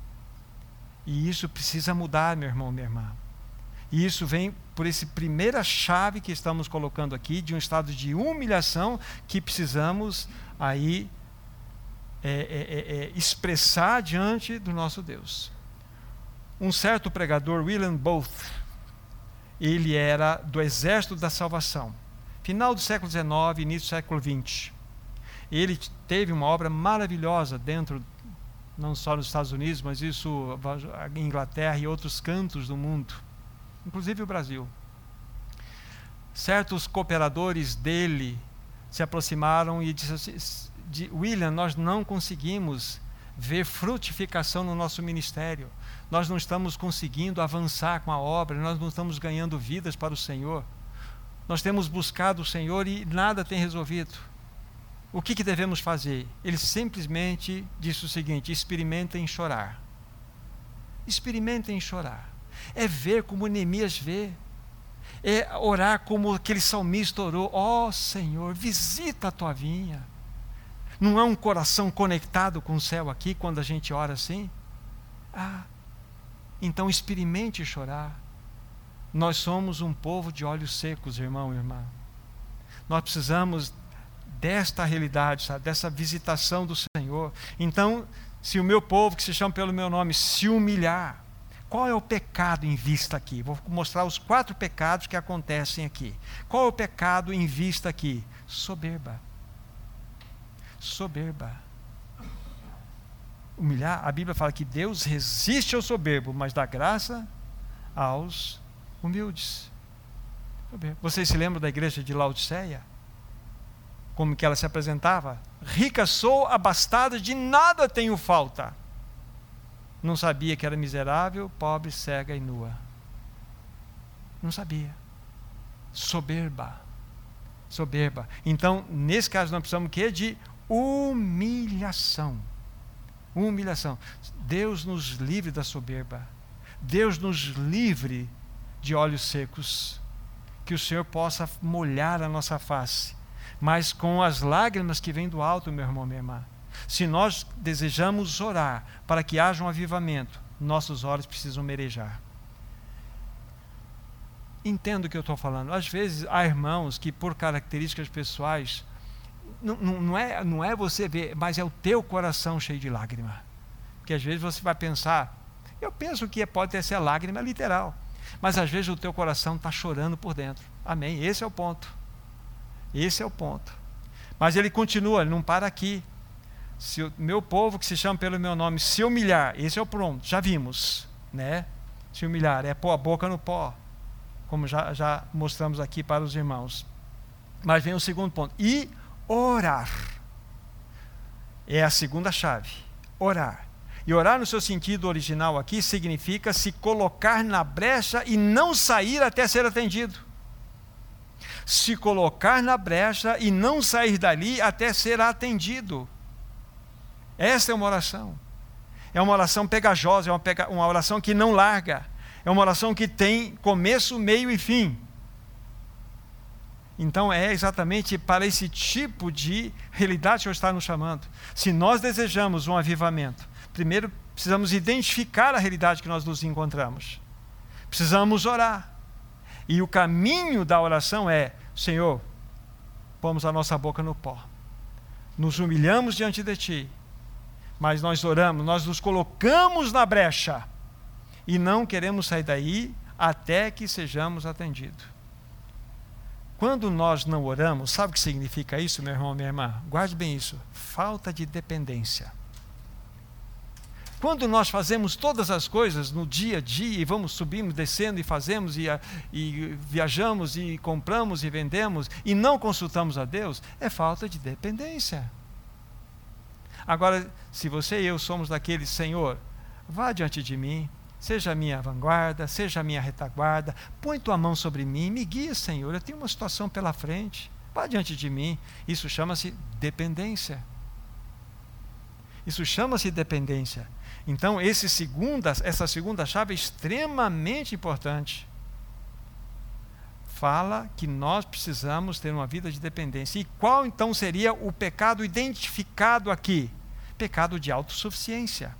E isso precisa mudar, meu irmão, minha irmã. E isso vem por essa primeira chave que estamos colocando aqui, de um estado de humilhação que precisamos aí é, é, é, expressar diante do nosso Deus. Um certo pregador, William Booth, ele era do Exército da Salvação. Final do século dezenove, início do século vinte. Ele teve uma obra maravilhosa dentro, não só nos Estados Unidos, mas isso, a Inglaterra e outros cantos do mundo, inclusive o Brasil. Certos cooperadores dele se aproximaram e disseram assim: William, nós não conseguimos ver frutificação no nosso ministério. Nós não estamos conseguindo avançar com a obra, nós não estamos ganhando vidas para o Senhor. Nós temos buscado o Senhor e nada tem resolvido. O que, que devemos fazer? Ele simplesmente disse o seguinte: experimentem chorar. Experimentem chorar. É ver como Neemias vê. É orar como aquele salmista orou: ó oh, Senhor, visita a tua vinha. Não é um coração conectado com o céu aqui quando a gente ora assim? Ah, então experimente chorar. Nós somos um povo de olhos secos, irmão e irmã. Nós precisamos desta realidade, sabe? Dessa visitação do Senhor. Então, se o meu povo, que se chama pelo meu nome, se humilhar, qual é o pecado em vista aqui? Vou mostrar os quatro pecados que acontecem aqui. Qual é o pecado em vista aqui? Soberba. Soberba. Humilhar, a Bíblia fala que Deus resiste ao soberbo, mas dá graça aos humildes. Vocês se lembram da igreja de Laodiceia? Como que ela se apresentava? Rica sou, abastada, de nada tenho falta. Não sabia que era miserável, pobre, cega e nua. Não sabia. Soberba. Soberba. Então, nesse caso, nós precisamos o quê? De humilhação. Humilhação. Deus nos livre da soberba. Deus nos livre de olhos secos. Que o Senhor possa molhar a nossa face. mas com as lágrimas que vêm do alto, meu irmão, minha irmã. Se nós desejamos orar para que haja um avivamento, nossos olhos precisam merejar. Entendo o que eu estou falando. Às vezes há irmãos que, por características pessoais, não, não, não, é, não é você ver, mas é o teu coração cheio de lágrima. Porque às vezes você vai pensar, eu penso que pode ter sido lágrima literal, mas às vezes o teu coração está chorando por dentro. Amém? Esse é o ponto. Esse é o ponto. Mas ele continua, ele não para aqui. Se o meu povo que se chama pelo meu nome se humilhar, esse é o pronto, já vimos, né? Se humilhar, é pôr a boca no pó, como já, já mostramos aqui para os irmãos. Mas vem o segundo ponto, e orar. É a segunda chave, orar. E orar no seu sentido original aqui significa se colocar na brecha e não sair até ser atendido. Se colocar na brecha e não sair dali até ser atendido. Esta é uma oração. É uma oração pegajosa, é uma, pega, uma oração que não larga. É uma oração que tem começo, meio e fim. Então é exatamente para esse tipo de realidade que o Senhor está nos chamando. Se nós desejamos um avivamento, primeiro precisamos identificar a realidade que nós nos encontramos. Precisamos orar. E o caminho da oração é, Senhor, pomos a nossa boca no pó. Nos humilhamos diante de Ti. Mas nós oramos, nós nos colocamos na brecha. E não queremos sair daí até que sejamos atendidos. Quando nós não oramos, sabe o que significa isso, meu irmão, minha irmã? Guarde bem isso. Falta de dependência. Quando nós fazemos todas as coisas no dia a dia, e vamos subindo, descendo, e fazemos, e, e viajamos, e compramos, e vendemos, e não consultamos a Deus, é falta de dependência. Agora, se você e eu somos daqueles, Senhor, vá diante de mim, seja a minha vanguarda, seja a minha retaguarda, põe tua mão sobre mim, me guia, Senhor, eu tenho uma situação pela frente, vá diante de mim. Isso chama-se dependência. Isso chama-se dependência. Então, esse segunda, essa segunda chave é extremamente importante. Fala que nós precisamos ter uma vida de dependência. E qual então seria o pecado identificado aqui? Pecado de autossuficiência.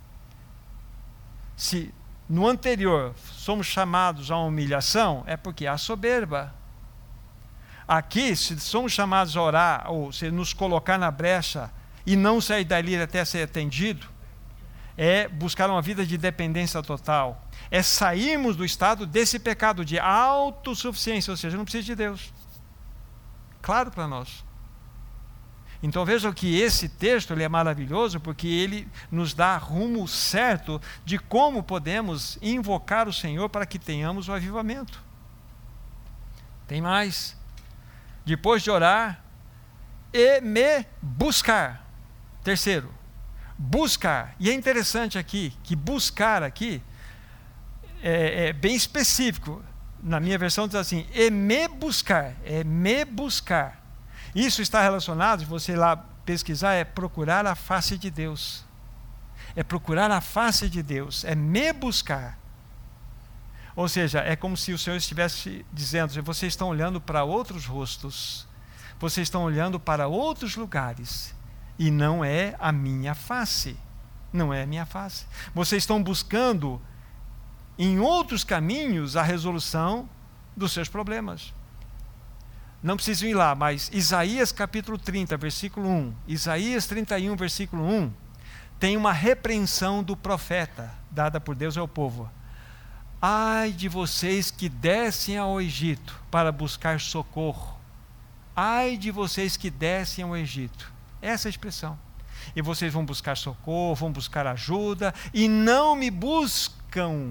Se no anterior somos chamados a uma humilhação, é porque há soberba. Aqui, se somos chamados a orar, ou se nos colocar na brecha e não sair dali até ser atendido, é buscar uma vida de dependência total. É sairmos do estado desse pecado de autossuficiência, ou seja, não precisa de Deus. Claro para nós. Então vejam que esse texto ele é maravilhoso porque ele nos dá rumo certo de como podemos invocar o Senhor para que tenhamos o avivamento. Tem mais. Depois de orar, e me buscar. Terceiro, buscar. E é interessante aqui, que buscar aqui é, é bem específico. Na minha versão diz assim, e me buscar, é me buscar. Isso está relacionado, se você lá pesquisar, é procurar a face de Deus. É procurar a face de Deus, é me buscar. Ou seja, é como se o Senhor estivesse dizendo, vocês estão olhando para outros rostos, vocês estão olhando para outros lugares, e não é a minha face. Não é a minha face. Vocês estão buscando em outros caminhos a resolução dos seus problemas. Não precisam ir lá, mas Isaías capítulo trinta, versículo um, Isaías trinta e um, versículo um, tem uma repreensão do profeta, dada por Deus ao povo. Ai de vocês que descem ao Egito para buscar socorro. Ai de vocês que descem ao Egito. Essa é a expressão. E vocês vão buscar socorro, vão buscar ajuda, e não me buscam.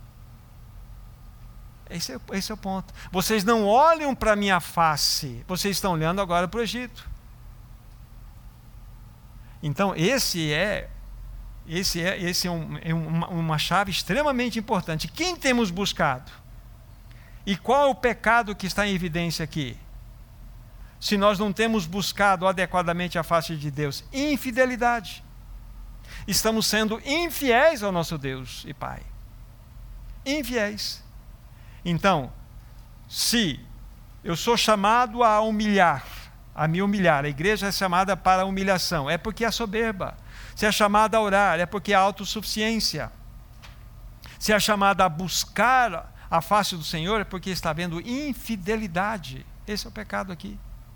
Esse é, esse é o ponto. Vocês não olham para a minha face, vocês estão olhando agora para o Egito. Então, esse é, esse é, esse é, um, é uma, uma chave extremamente importante. Quem temos buscado? E qual é o pecado que está em evidência aqui? Se nós não temos buscado adequadamente a face de Deus, infidelidade. Estamos sendo infiéis ao nosso Deus e Pai. Infiéis. Então, se eu sou chamado a humilhar, a me humilhar. A igreja é chamada para a humilhação, é porque é soberba. Se é chamada a orar, é porque é autossuficiência. Se é chamada a buscar a face do Senhor, é porque está havendo infidelidade. Esse é o pecado aqui.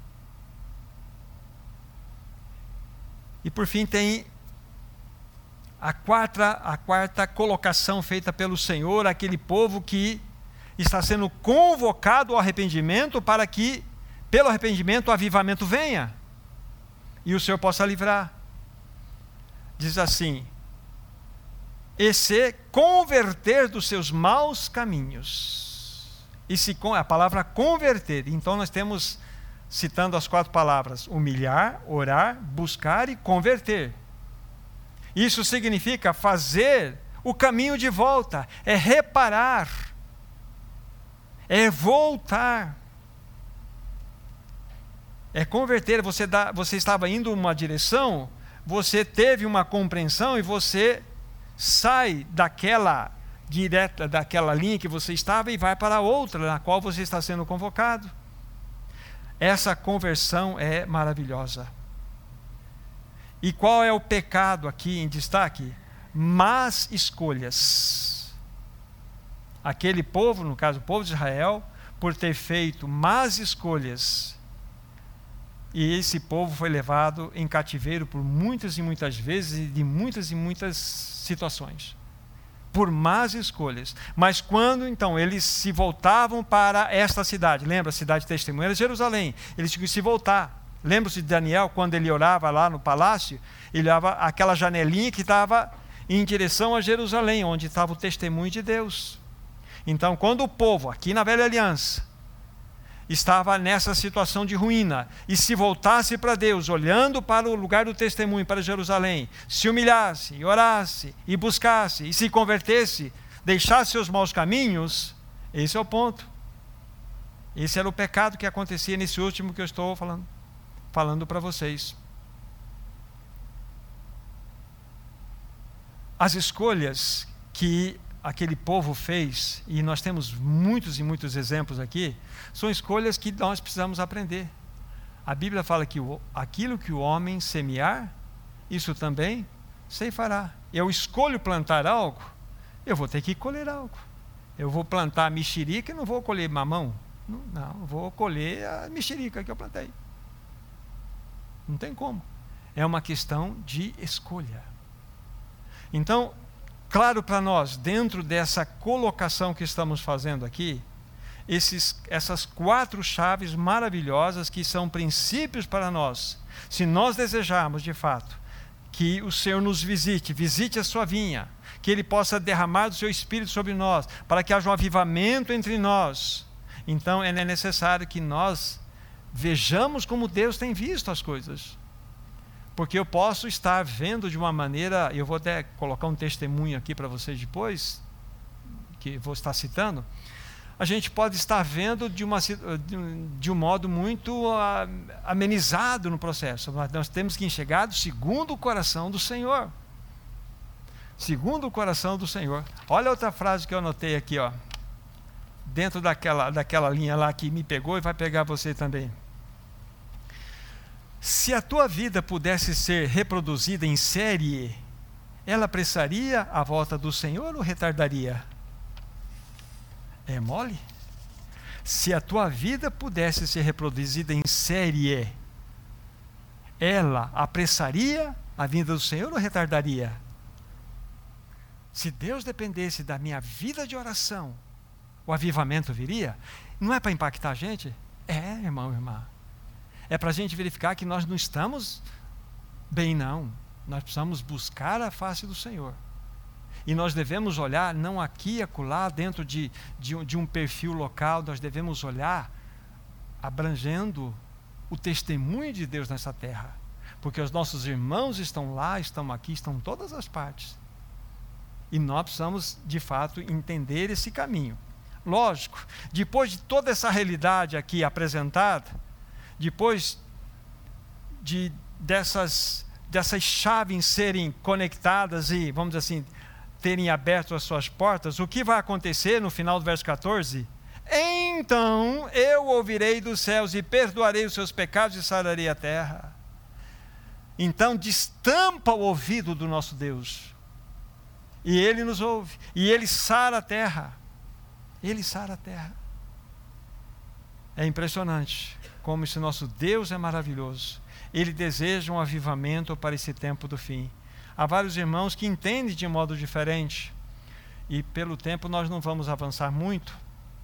E por fim tem a quarta, a quarta colocação feita pelo Senhor, aquele povo que está sendo convocado ao arrependimento, para que, pelo arrependimento, o avivamento venha e o Senhor possa livrar. Diz assim: e se converter dos seus maus caminhos. E se, a palavra converter, então nós temos, citando as quatro palavras, humilhar, orar, buscar e converter. Isso significa fazer o caminho de volta, é reparar, é voltar, é converter. Você, dá, você estava indo em uma direção, você teve uma compreensão e você sai daquela direta, daquela linha que você estava e vai para outra, na qual você está sendo convocado. Essa conversão é maravilhosa. E qual é o pecado aqui em destaque? Más escolhas. Aquele povo, no caso o povo de Israel, por ter feito más escolhas, e esse povo foi levado em cativeiro por muitas e muitas vezes, e de muitas e muitas situações, por más escolhas. Mas quando então eles se voltavam para esta cidade, lembra, a cidade de testemunha era Jerusalém, eles tinham que se voltar. Lembra-se de Daniel, quando ele orava lá no palácio, ele olhava aquela janelinha que estava em direção a Jerusalém, onde estava o testemunho de Deus. Então, quando o povo, aqui na Velha Aliança, estava nessa situação de ruína, e se voltasse para Deus, olhando para o lugar do testemunho, para Jerusalém, se humilhasse, e orasse, e buscasse, e se convertesse, deixasse seus maus caminhos, esse é o ponto. Esse era o pecado que acontecia nesse último que eu estou falando. falando para vocês. As escolhas que aquele povo fez, e nós temos muitos e muitos exemplos aqui, são escolhas que nós precisamos aprender. A Bíblia fala que o, aquilo que o homem semear, isso também ceifará. Eu escolho plantar algo, eu vou ter que colher algo. Eu vou plantar mexerica e não vou colher mamão. Não, não, eu vou colher a mexerica que eu plantei. Não tem como. É uma questão de escolha. Então, claro para nós, dentro dessa colocação que estamos fazendo aqui, esses, essas quatro chaves maravilhosas que são princípios para nós, se nós desejarmos de fato que o Senhor nos visite, visite a sua vinha, que Ele possa derramar do seu Espírito sobre nós, para que haja um avivamento entre nós, então é necessário que nós vejamos como Deus tem visto as coisas. Porque eu posso estar vendo de uma maneira, eu vou até colocar um testemunho aqui para vocês depois, que vou estar citando. A gente pode estar vendo de, uma, de um modo muito amenizado no processo, mas nós temos que enxergar segundo o coração do Senhor. Segundo o coração do Senhor. Olha outra frase que eu anotei aqui, ó, dentro daquela, daquela linha lá que me pegou e vai pegar você também. Se a tua vida pudesse ser reproduzida em série, ela apressaria a volta do Senhor ou retardaria? É mole? Se a tua vida pudesse ser reproduzida em série, ela apressaria a vinda do Senhor ou retardaria? Se Deus dependesse da minha vida de oração, o avivamento viria? Não é para impactar a gente? É, irmão e irmã. É para a gente verificar que nós não estamos bem, não. Nós precisamos buscar a face do Senhor. E nós devemos olhar, não aqui e acolá, dentro de, de, de um perfil local, nós devemos olhar abrangendo o testemunho de Deus nessa terra. Porque os nossos irmãos estão lá, estão aqui, estão em todas as partes. E nós precisamos, de fato, entender esse caminho. Lógico, depois de toda essa realidade aqui apresentada, depois de dessas, dessas chaves serem conectadas e, vamos dizer assim, terem aberto as suas portas, o que vai acontecer no final do verso catorze? então eu ouvirei dos céus e perdoarei os seus pecados e sararei a terra. Então destampa o ouvido do nosso Deus, e Ele nos ouve, e Ele sara a terra, Ele sara a terra. É impressionante como esse nosso Deus é maravilhoso. Ele deseja um avivamento para esse tempo do fim. Há vários irmãos que entendem de modo diferente, e pelo tempo nós não vamos avançar muito,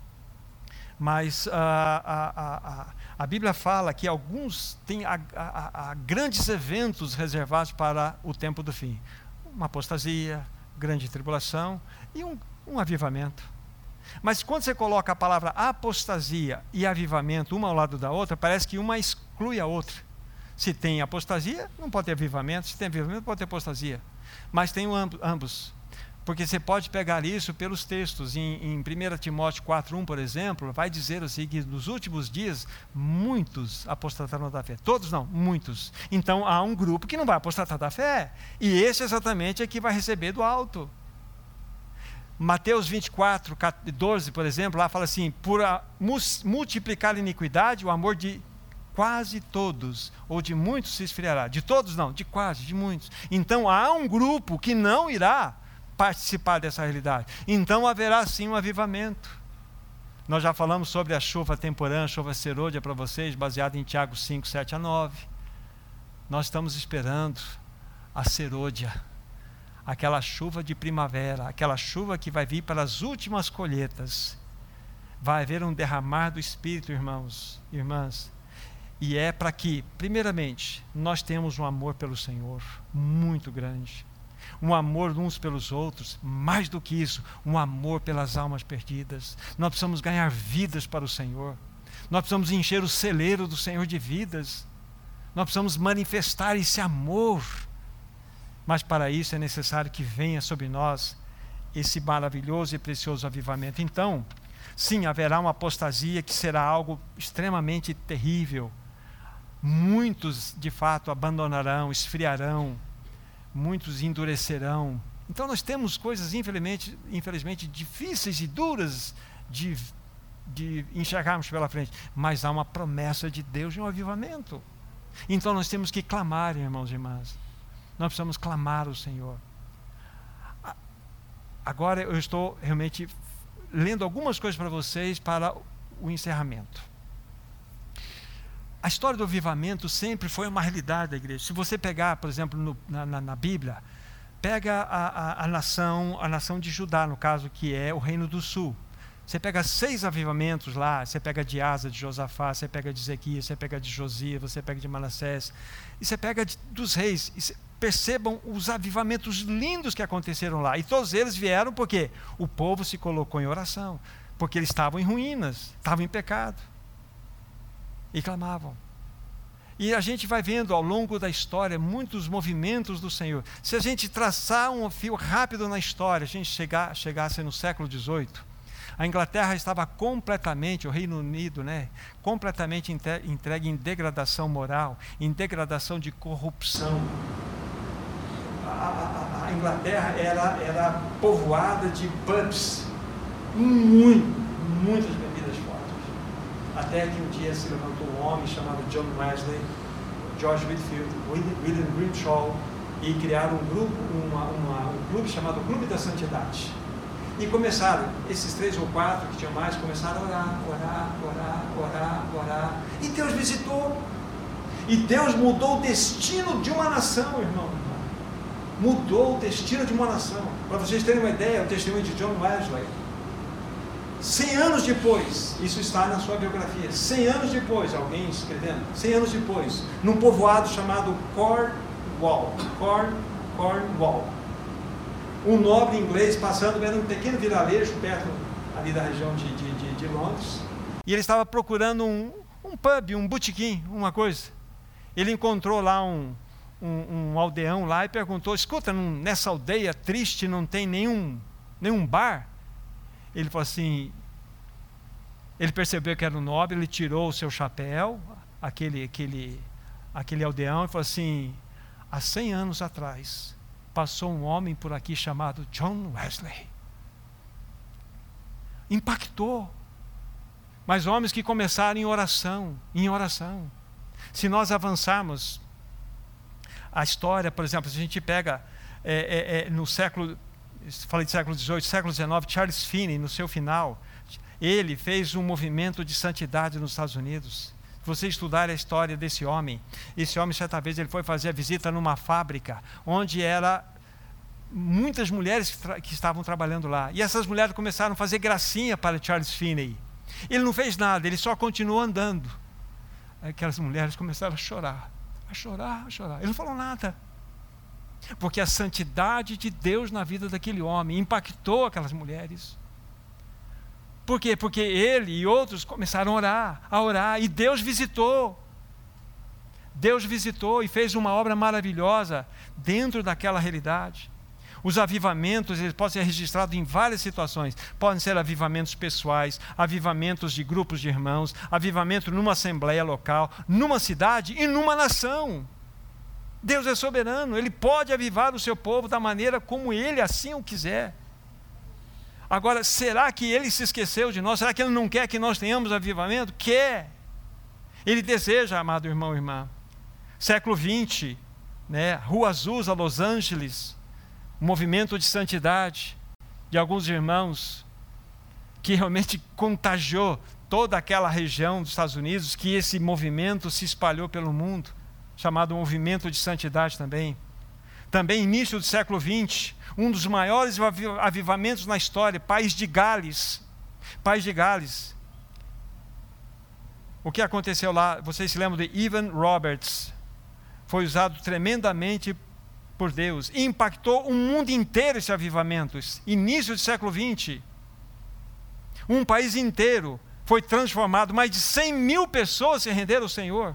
mas a, a, a, a Bíblia fala que alguns têm a, a, a grandes eventos reservados para o tempo do fim. Uma apostasia, grande tribulação e um, um avivamento. Mas quando você coloca a palavra apostasia e avivamento uma ao lado da outra, parece que uma exclui a outra. Se tem apostasia, não pode ter avivamento. Se tem avivamento, pode ter apostasia. Mas tem ambos. Porque você pode pegar isso pelos textos. Em, em primeira Timóteo quatro, um, por exemplo, vai dizer assim que nos últimos dias, muitos apostataram da fé. Todos não, muitos. Então há um grupo que não vai apostatar da fé. E esse exatamente é que vai receber do alto. Mateus vinte e quatro, doze, por exemplo, lá fala assim: por a, multiplicar a iniquidade, o amor de quase todos, ou de muitos se esfriará. De todos não, de quase, de muitos. Então há um grupo que não irá participar dessa realidade. Então haverá sim um avivamento. Nós já falamos sobre a chuva temporã, a chuva serôdia para vocês, baseado em Tiago cinco, sete a nove. Nós estamos esperando a serôdia, aquela chuva de primavera, aquela chuva que vai vir para as últimas colheitas. Vai haver um derramar do Espírito, irmãos, irmãs. E é para que, primeiramente, nós temos um amor pelo Senhor muito grande. Um amor uns pelos outros, mais do que isso, um amor pelas almas perdidas. Nós precisamos ganhar vidas para o Senhor. Nós precisamos encher o celeiro do Senhor de vidas. Nós precisamos manifestar esse amor. Mas para isso é necessário que venha sobre nós esse maravilhoso e precioso avivamento. Então, sim, haverá uma apostasia que será algo extremamente terrível. Muitos, de fato, abandonarão, esfriarão. Muitos endurecerão. Então nós temos coisas infelizmente, infelizmente difíceis e duras de, de enxergarmos pela frente, mas há uma promessa de Deus de um avivamento. Então nós temos que clamar, irmãos e irmãs. Nós precisamos clamar ao Senhor. Agora eu estou realmente lendo algumas coisas para vocês para o encerramento. A história do avivamento sempre foi uma realidade da igreja. Se você pegar, por exemplo, no, na, na, na Bíblia, pega a, a, a, nação, a nação de Judá, no caso, que é o Reino do Sul. Você pega seis avivamentos lá, você pega de Asa, de Josafá, você pega de Ezequias, você pega de Josias, você pega de Manassés, e você pega de, dos reis. E percebam os avivamentos lindos que aconteceram lá. E todos eles vieram porque o povo se colocou em oração, porque eles estavam em ruínas, estavam em pecado. E clamavam. E a gente vai vendo ao longo da história muitos movimentos do Senhor. Se a gente traçar um fio rápido na história, a gente chegar, chegasse no século dezoito, a Inglaterra estava completamente, o Reino Unido, né, completamente entregue em degradação moral, em degradação de corrupção. A, a, a Inglaterra era, era povoada de pubs, muito, muitas bebidas fortes. Até que um dia se levantou um homem chamado John Wesley, George Whitefield, William Grimshaw, e criaram um grupo, uma, uma, um clube chamado Clube da Santidade. E começaram, esses três ou quatro que tinham mais, começaram a orar, orar, orar, orar, orar. E Deus visitou. E Deus mudou o destino de uma nação, irmão. Mudou o destino de uma nação. Para vocês terem uma ideia, o testemunho de John Wesley. Cem anos depois, isso está na sua biografia, cem anos depois, alguém escrevendo, cem anos depois, num povoado chamado Cornwall, Corn, Cornwall, um nobre inglês passando, era um pequeno vilarejo perto ali da região de, de, de, de Londres, e ele estava procurando um, um pub, um botequim, uma coisa. Ele encontrou lá um, um, um aldeão lá e perguntou: escuta, nessa aldeia triste não tem nenhum, nenhum bar? Ele falou assim, ele percebeu que era um nobre, ele tirou o seu chapéu, aquele, aquele, aquele aldeão, e falou assim: há cem anos atrás, passou um homem por aqui chamado John Wesley. Impactou. mas homens que começaram em oração, em oração. Se nós avançarmos a história, por exemplo, se a gente pega é, é, é, no século, falei de século dezoito, século dezenove, Charles Finney, no seu final, ele fez um movimento de santidade nos Estados Unidos. Se você estudar a história desse homem, esse homem, certa vez, ele foi fazer a visita numa fábrica, onde era muitas mulheres que, que estavam trabalhando lá. E essas mulheres começaram a fazer gracinha para Charles Finney. Ele não fez nada, ele só continuou andando. Aí aquelas mulheres começaram a chorar, a chorar, a chorar. Ele não falou nada. Porque a santidade de Deus na vida daquele homem impactou aquelas mulheres. Por quê? Porque ele e outros começaram a orar, a orar, e Deus visitou. Deus visitou e fez uma obra maravilhosa dentro daquela realidade. Os avivamentos, eles podem ser registrados em várias situações. Podem ser avivamentos pessoais, avivamentos de grupos de irmãos, avivamento numa assembleia local, numa cidade e numa nação. Deus é soberano, Ele pode avivar o seu povo da maneira como Ele assim o quiser. Agora, será que Ele se esqueceu de nós? Será que Ele não quer que nós tenhamos avivamento? Quer. Ele deseja, amado irmão e irmã. Século vinte, né? Rua Azusa, Los Angeles, um movimento de santidade de alguns irmãos que realmente contagiou toda aquela região dos Estados Unidos, que esse movimento se espalhou pelo mundo, chamado movimento de santidade também. Também início do século vinte, um dos maiores avivamentos na história, País de Gales. País de Gales. O que aconteceu lá? Vocês se lembram de Evan Roberts? Foi usado tremendamente por Deus. E impactou o mundo inteiro esse avivamento. Início do século vinte. Um país inteiro foi transformado. Mais de cem mil pessoas se renderam ao Senhor.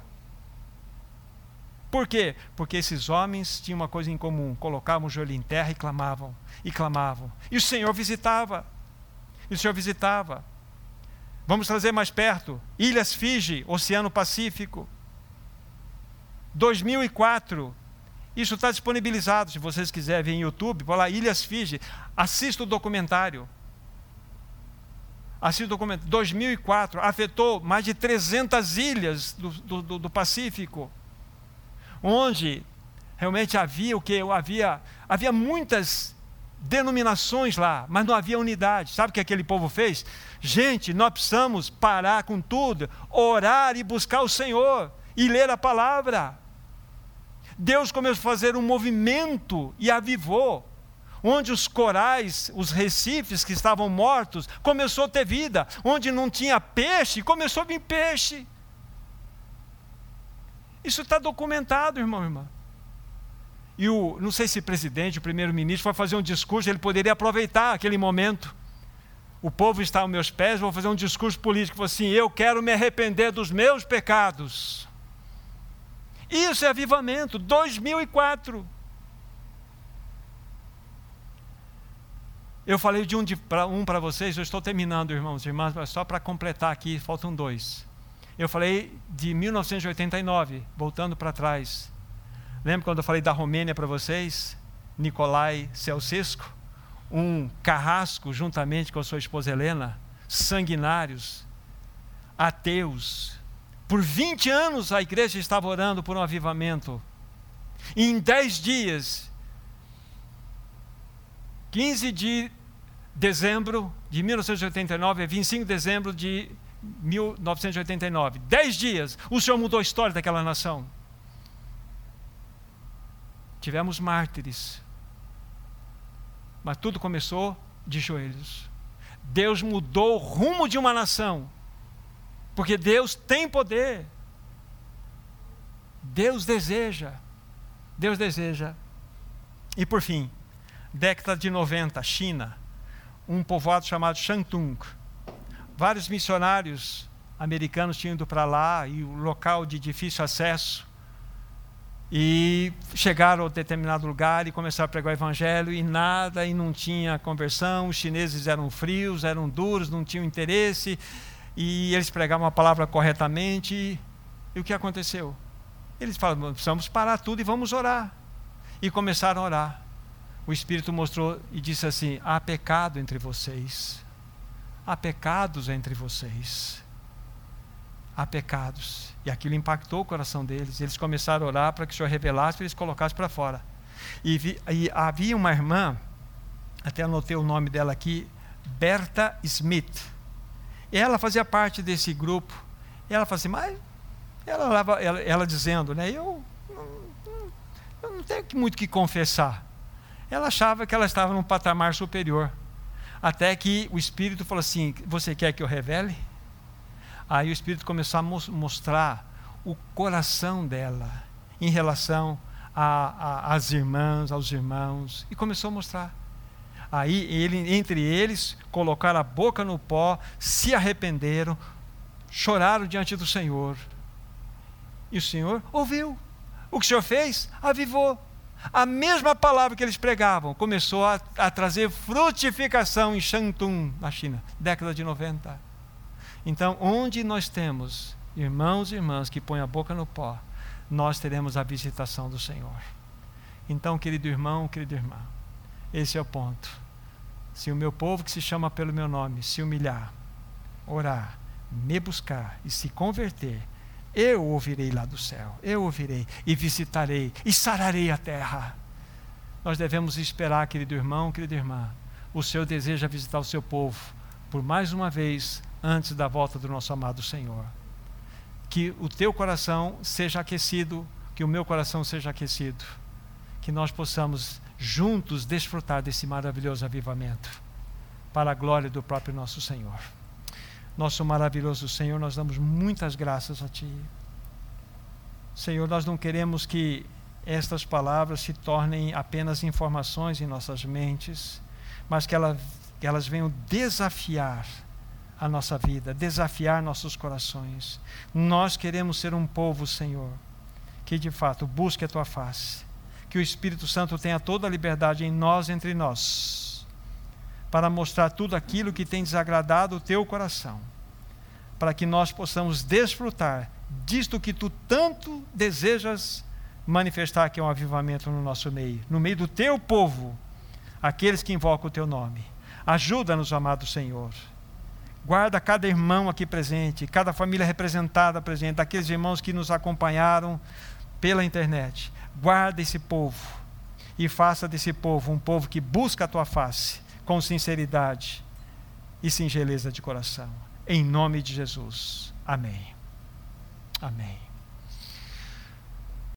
Por quê? Porque esses homens tinham uma coisa em comum. Colocavam o joelho em terra e clamavam. E clamavam. E o Senhor visitava. E o Senhor visitava. Vamos trazer mais perto. Ilhas Fiji, Oceano Pacífico. dois mil e quatro. Isso está disponibilizado. Se vocês quiserem ver em YouTube, vá lá, Ilhas Fiji. Assista o documentário. Assista o documentário. dois mil e quatro. Afetou mais de trezentas ilhas do, do, do, do Pacífico. Onde realmente havia o que? Havia, havia muitas denominações lá, mas não havia unidade. Sabe o que aquele povo fez? Gente, nós precisamos parar com tudo, orar e buscar o Senhor e ler a palavra. Deus começou a fazer um movimento e avivou, onde os corais, os recifes que estavam mortos, começou a ter vida, onde não tinha peixe, começou a vir peixe. Isso está documentado, irmão e irmã. E o, não sei se o presidente, o primeiro-ministro, foi fazer um discurso, ele poderia aproveitar aquele momento. O povo está aos meus pés, vou fazer um discurso político, assim, eu quero me arrepender dos meus pecados. Isso é avivamento, dois mil e quatro. Eu falei de um, de, pra, um para vocês, eu estou terminando, irmãos e irmãs, mas só para completar aqui, faltam dois. Eu falei de mil novecentos e oitenta e nove, voltando para trás. Lembra quando eu falei da Romênia para vocês? Nicolae Ceausescu, um carrasco juntamente com a sua esposa Helena, sanguinários, ateus. Por vinte anos a igreja estava orando por um avivamento. E em dez dias, quinze de dezembro de mil novecentos e oitenta e nove a vinte e cinco de dezembro de mil novecentos e oitenta e nove, dez dias, o Senhor mudou a história daquela nação. Tivemos mártires, mas tudo começou de joelhos. Deus mudou o rumo de uma nação, porque Deus tem poder. Deus deseja, Deus deseja. E por fim, década de noventa, China, um povoado chamado Shantung. Vários missionários americanos tinham ido para lá, e o local de difícil acesso, e chegaram a determinado lugar e começaram a pregar o evangelho, e nada, e não tinha conversão. Os chineses eram frios, eram duros, não tinham interesse, e eles pregavam a palavra corretamente. E, e o que aconteceu? Eles falaram, precisamos parar tudo e vamos orar. E começaram a orar. O Espírito mostrou e disse assim: há pecado entre vocês. Há pecados entre vocês. há pecados. E aquilo impactou o coração deles. Eles começaram a orar para que o Senhor revelasse, para eles colocassem para fora. E, vi, e havia uma irmã, até anotei o nome dela aqui, Berta Smith. Ela fazia parte desse grupo. Ela falou assim, mas ela, ela, ela dizendo, né, eu, eu, eu não tenho muito o que confessar. Ela achava que ela estava num patamar superior. Até que o Espírito falou assim, você quer que eu revele? Aí o Espírito começou a mostrar o coração dela em relação às irmãs, aos irmãos, e começou a mostrar. Aí ele, entre eles, colocaram a boca no pó, se arrependeram, choraram diante do Senhor. E o Senhor ouviu. O que o Senhor fez? Avivou. A mesma palavra que eles pregavam começou a, a trazer frutificação em Shantung, na China, década de noventa. Então, onde nós temos irmãos e irmãs que põem a boca no pó, nós teremos a visitação do Senhor. Então, querido irmão, querida irmã, esse é o ponto. Se o meu povo que se chama pelo meu nome se humilhar, orar, me buscar e se converter, eu ouvirei lá do céu, eu ouvirei e visitarei e sararei a terra. Nós devemos esperar, querido irmão, querida irmã, o Senhor deseja visitar o seu povo por mais uma vez antes da volta do nosso amado Senhor. Que o teu coração seja aquecido, que o meu coração seja aquecido, que nós possamos juntos desfrutar desse maravilhoso avivamento, para a glória do próprio nosso Senhor. Nosso maravilhoso Senhor, nós damos muitas graças a Ti. Senhor, nós não queremos que estas palavras se tornem apenas informações em nossas mentes, mas que elas, que elas venham desafiar a nossa vida, desafiar nossos corações. Nós queremos ser um povo, Senhor, que de fato busque a Tua face, que o Espírito Santo tenha toda a liberdade em nós, entre nós, para mostrar tudo aquilo que tem desagradado o Teu coração, para que nós possamos desfrutar disto que Tu tanto desejas manifestar, que é um avivamento no nosso meio, no meio do Teu povo, aqueles que invocam o Teu nome. Ajuda-nos, amado Senhor. Guarda cada irmão aqui presente, cada família representada presente, aqueles irmãos que nos acompanharam pela internet. Guarda esse povo e faça desse povo um povo que busca a Tua face com sinceridade e singeleza de coração. Em nome de Jesus. Amém. Amém.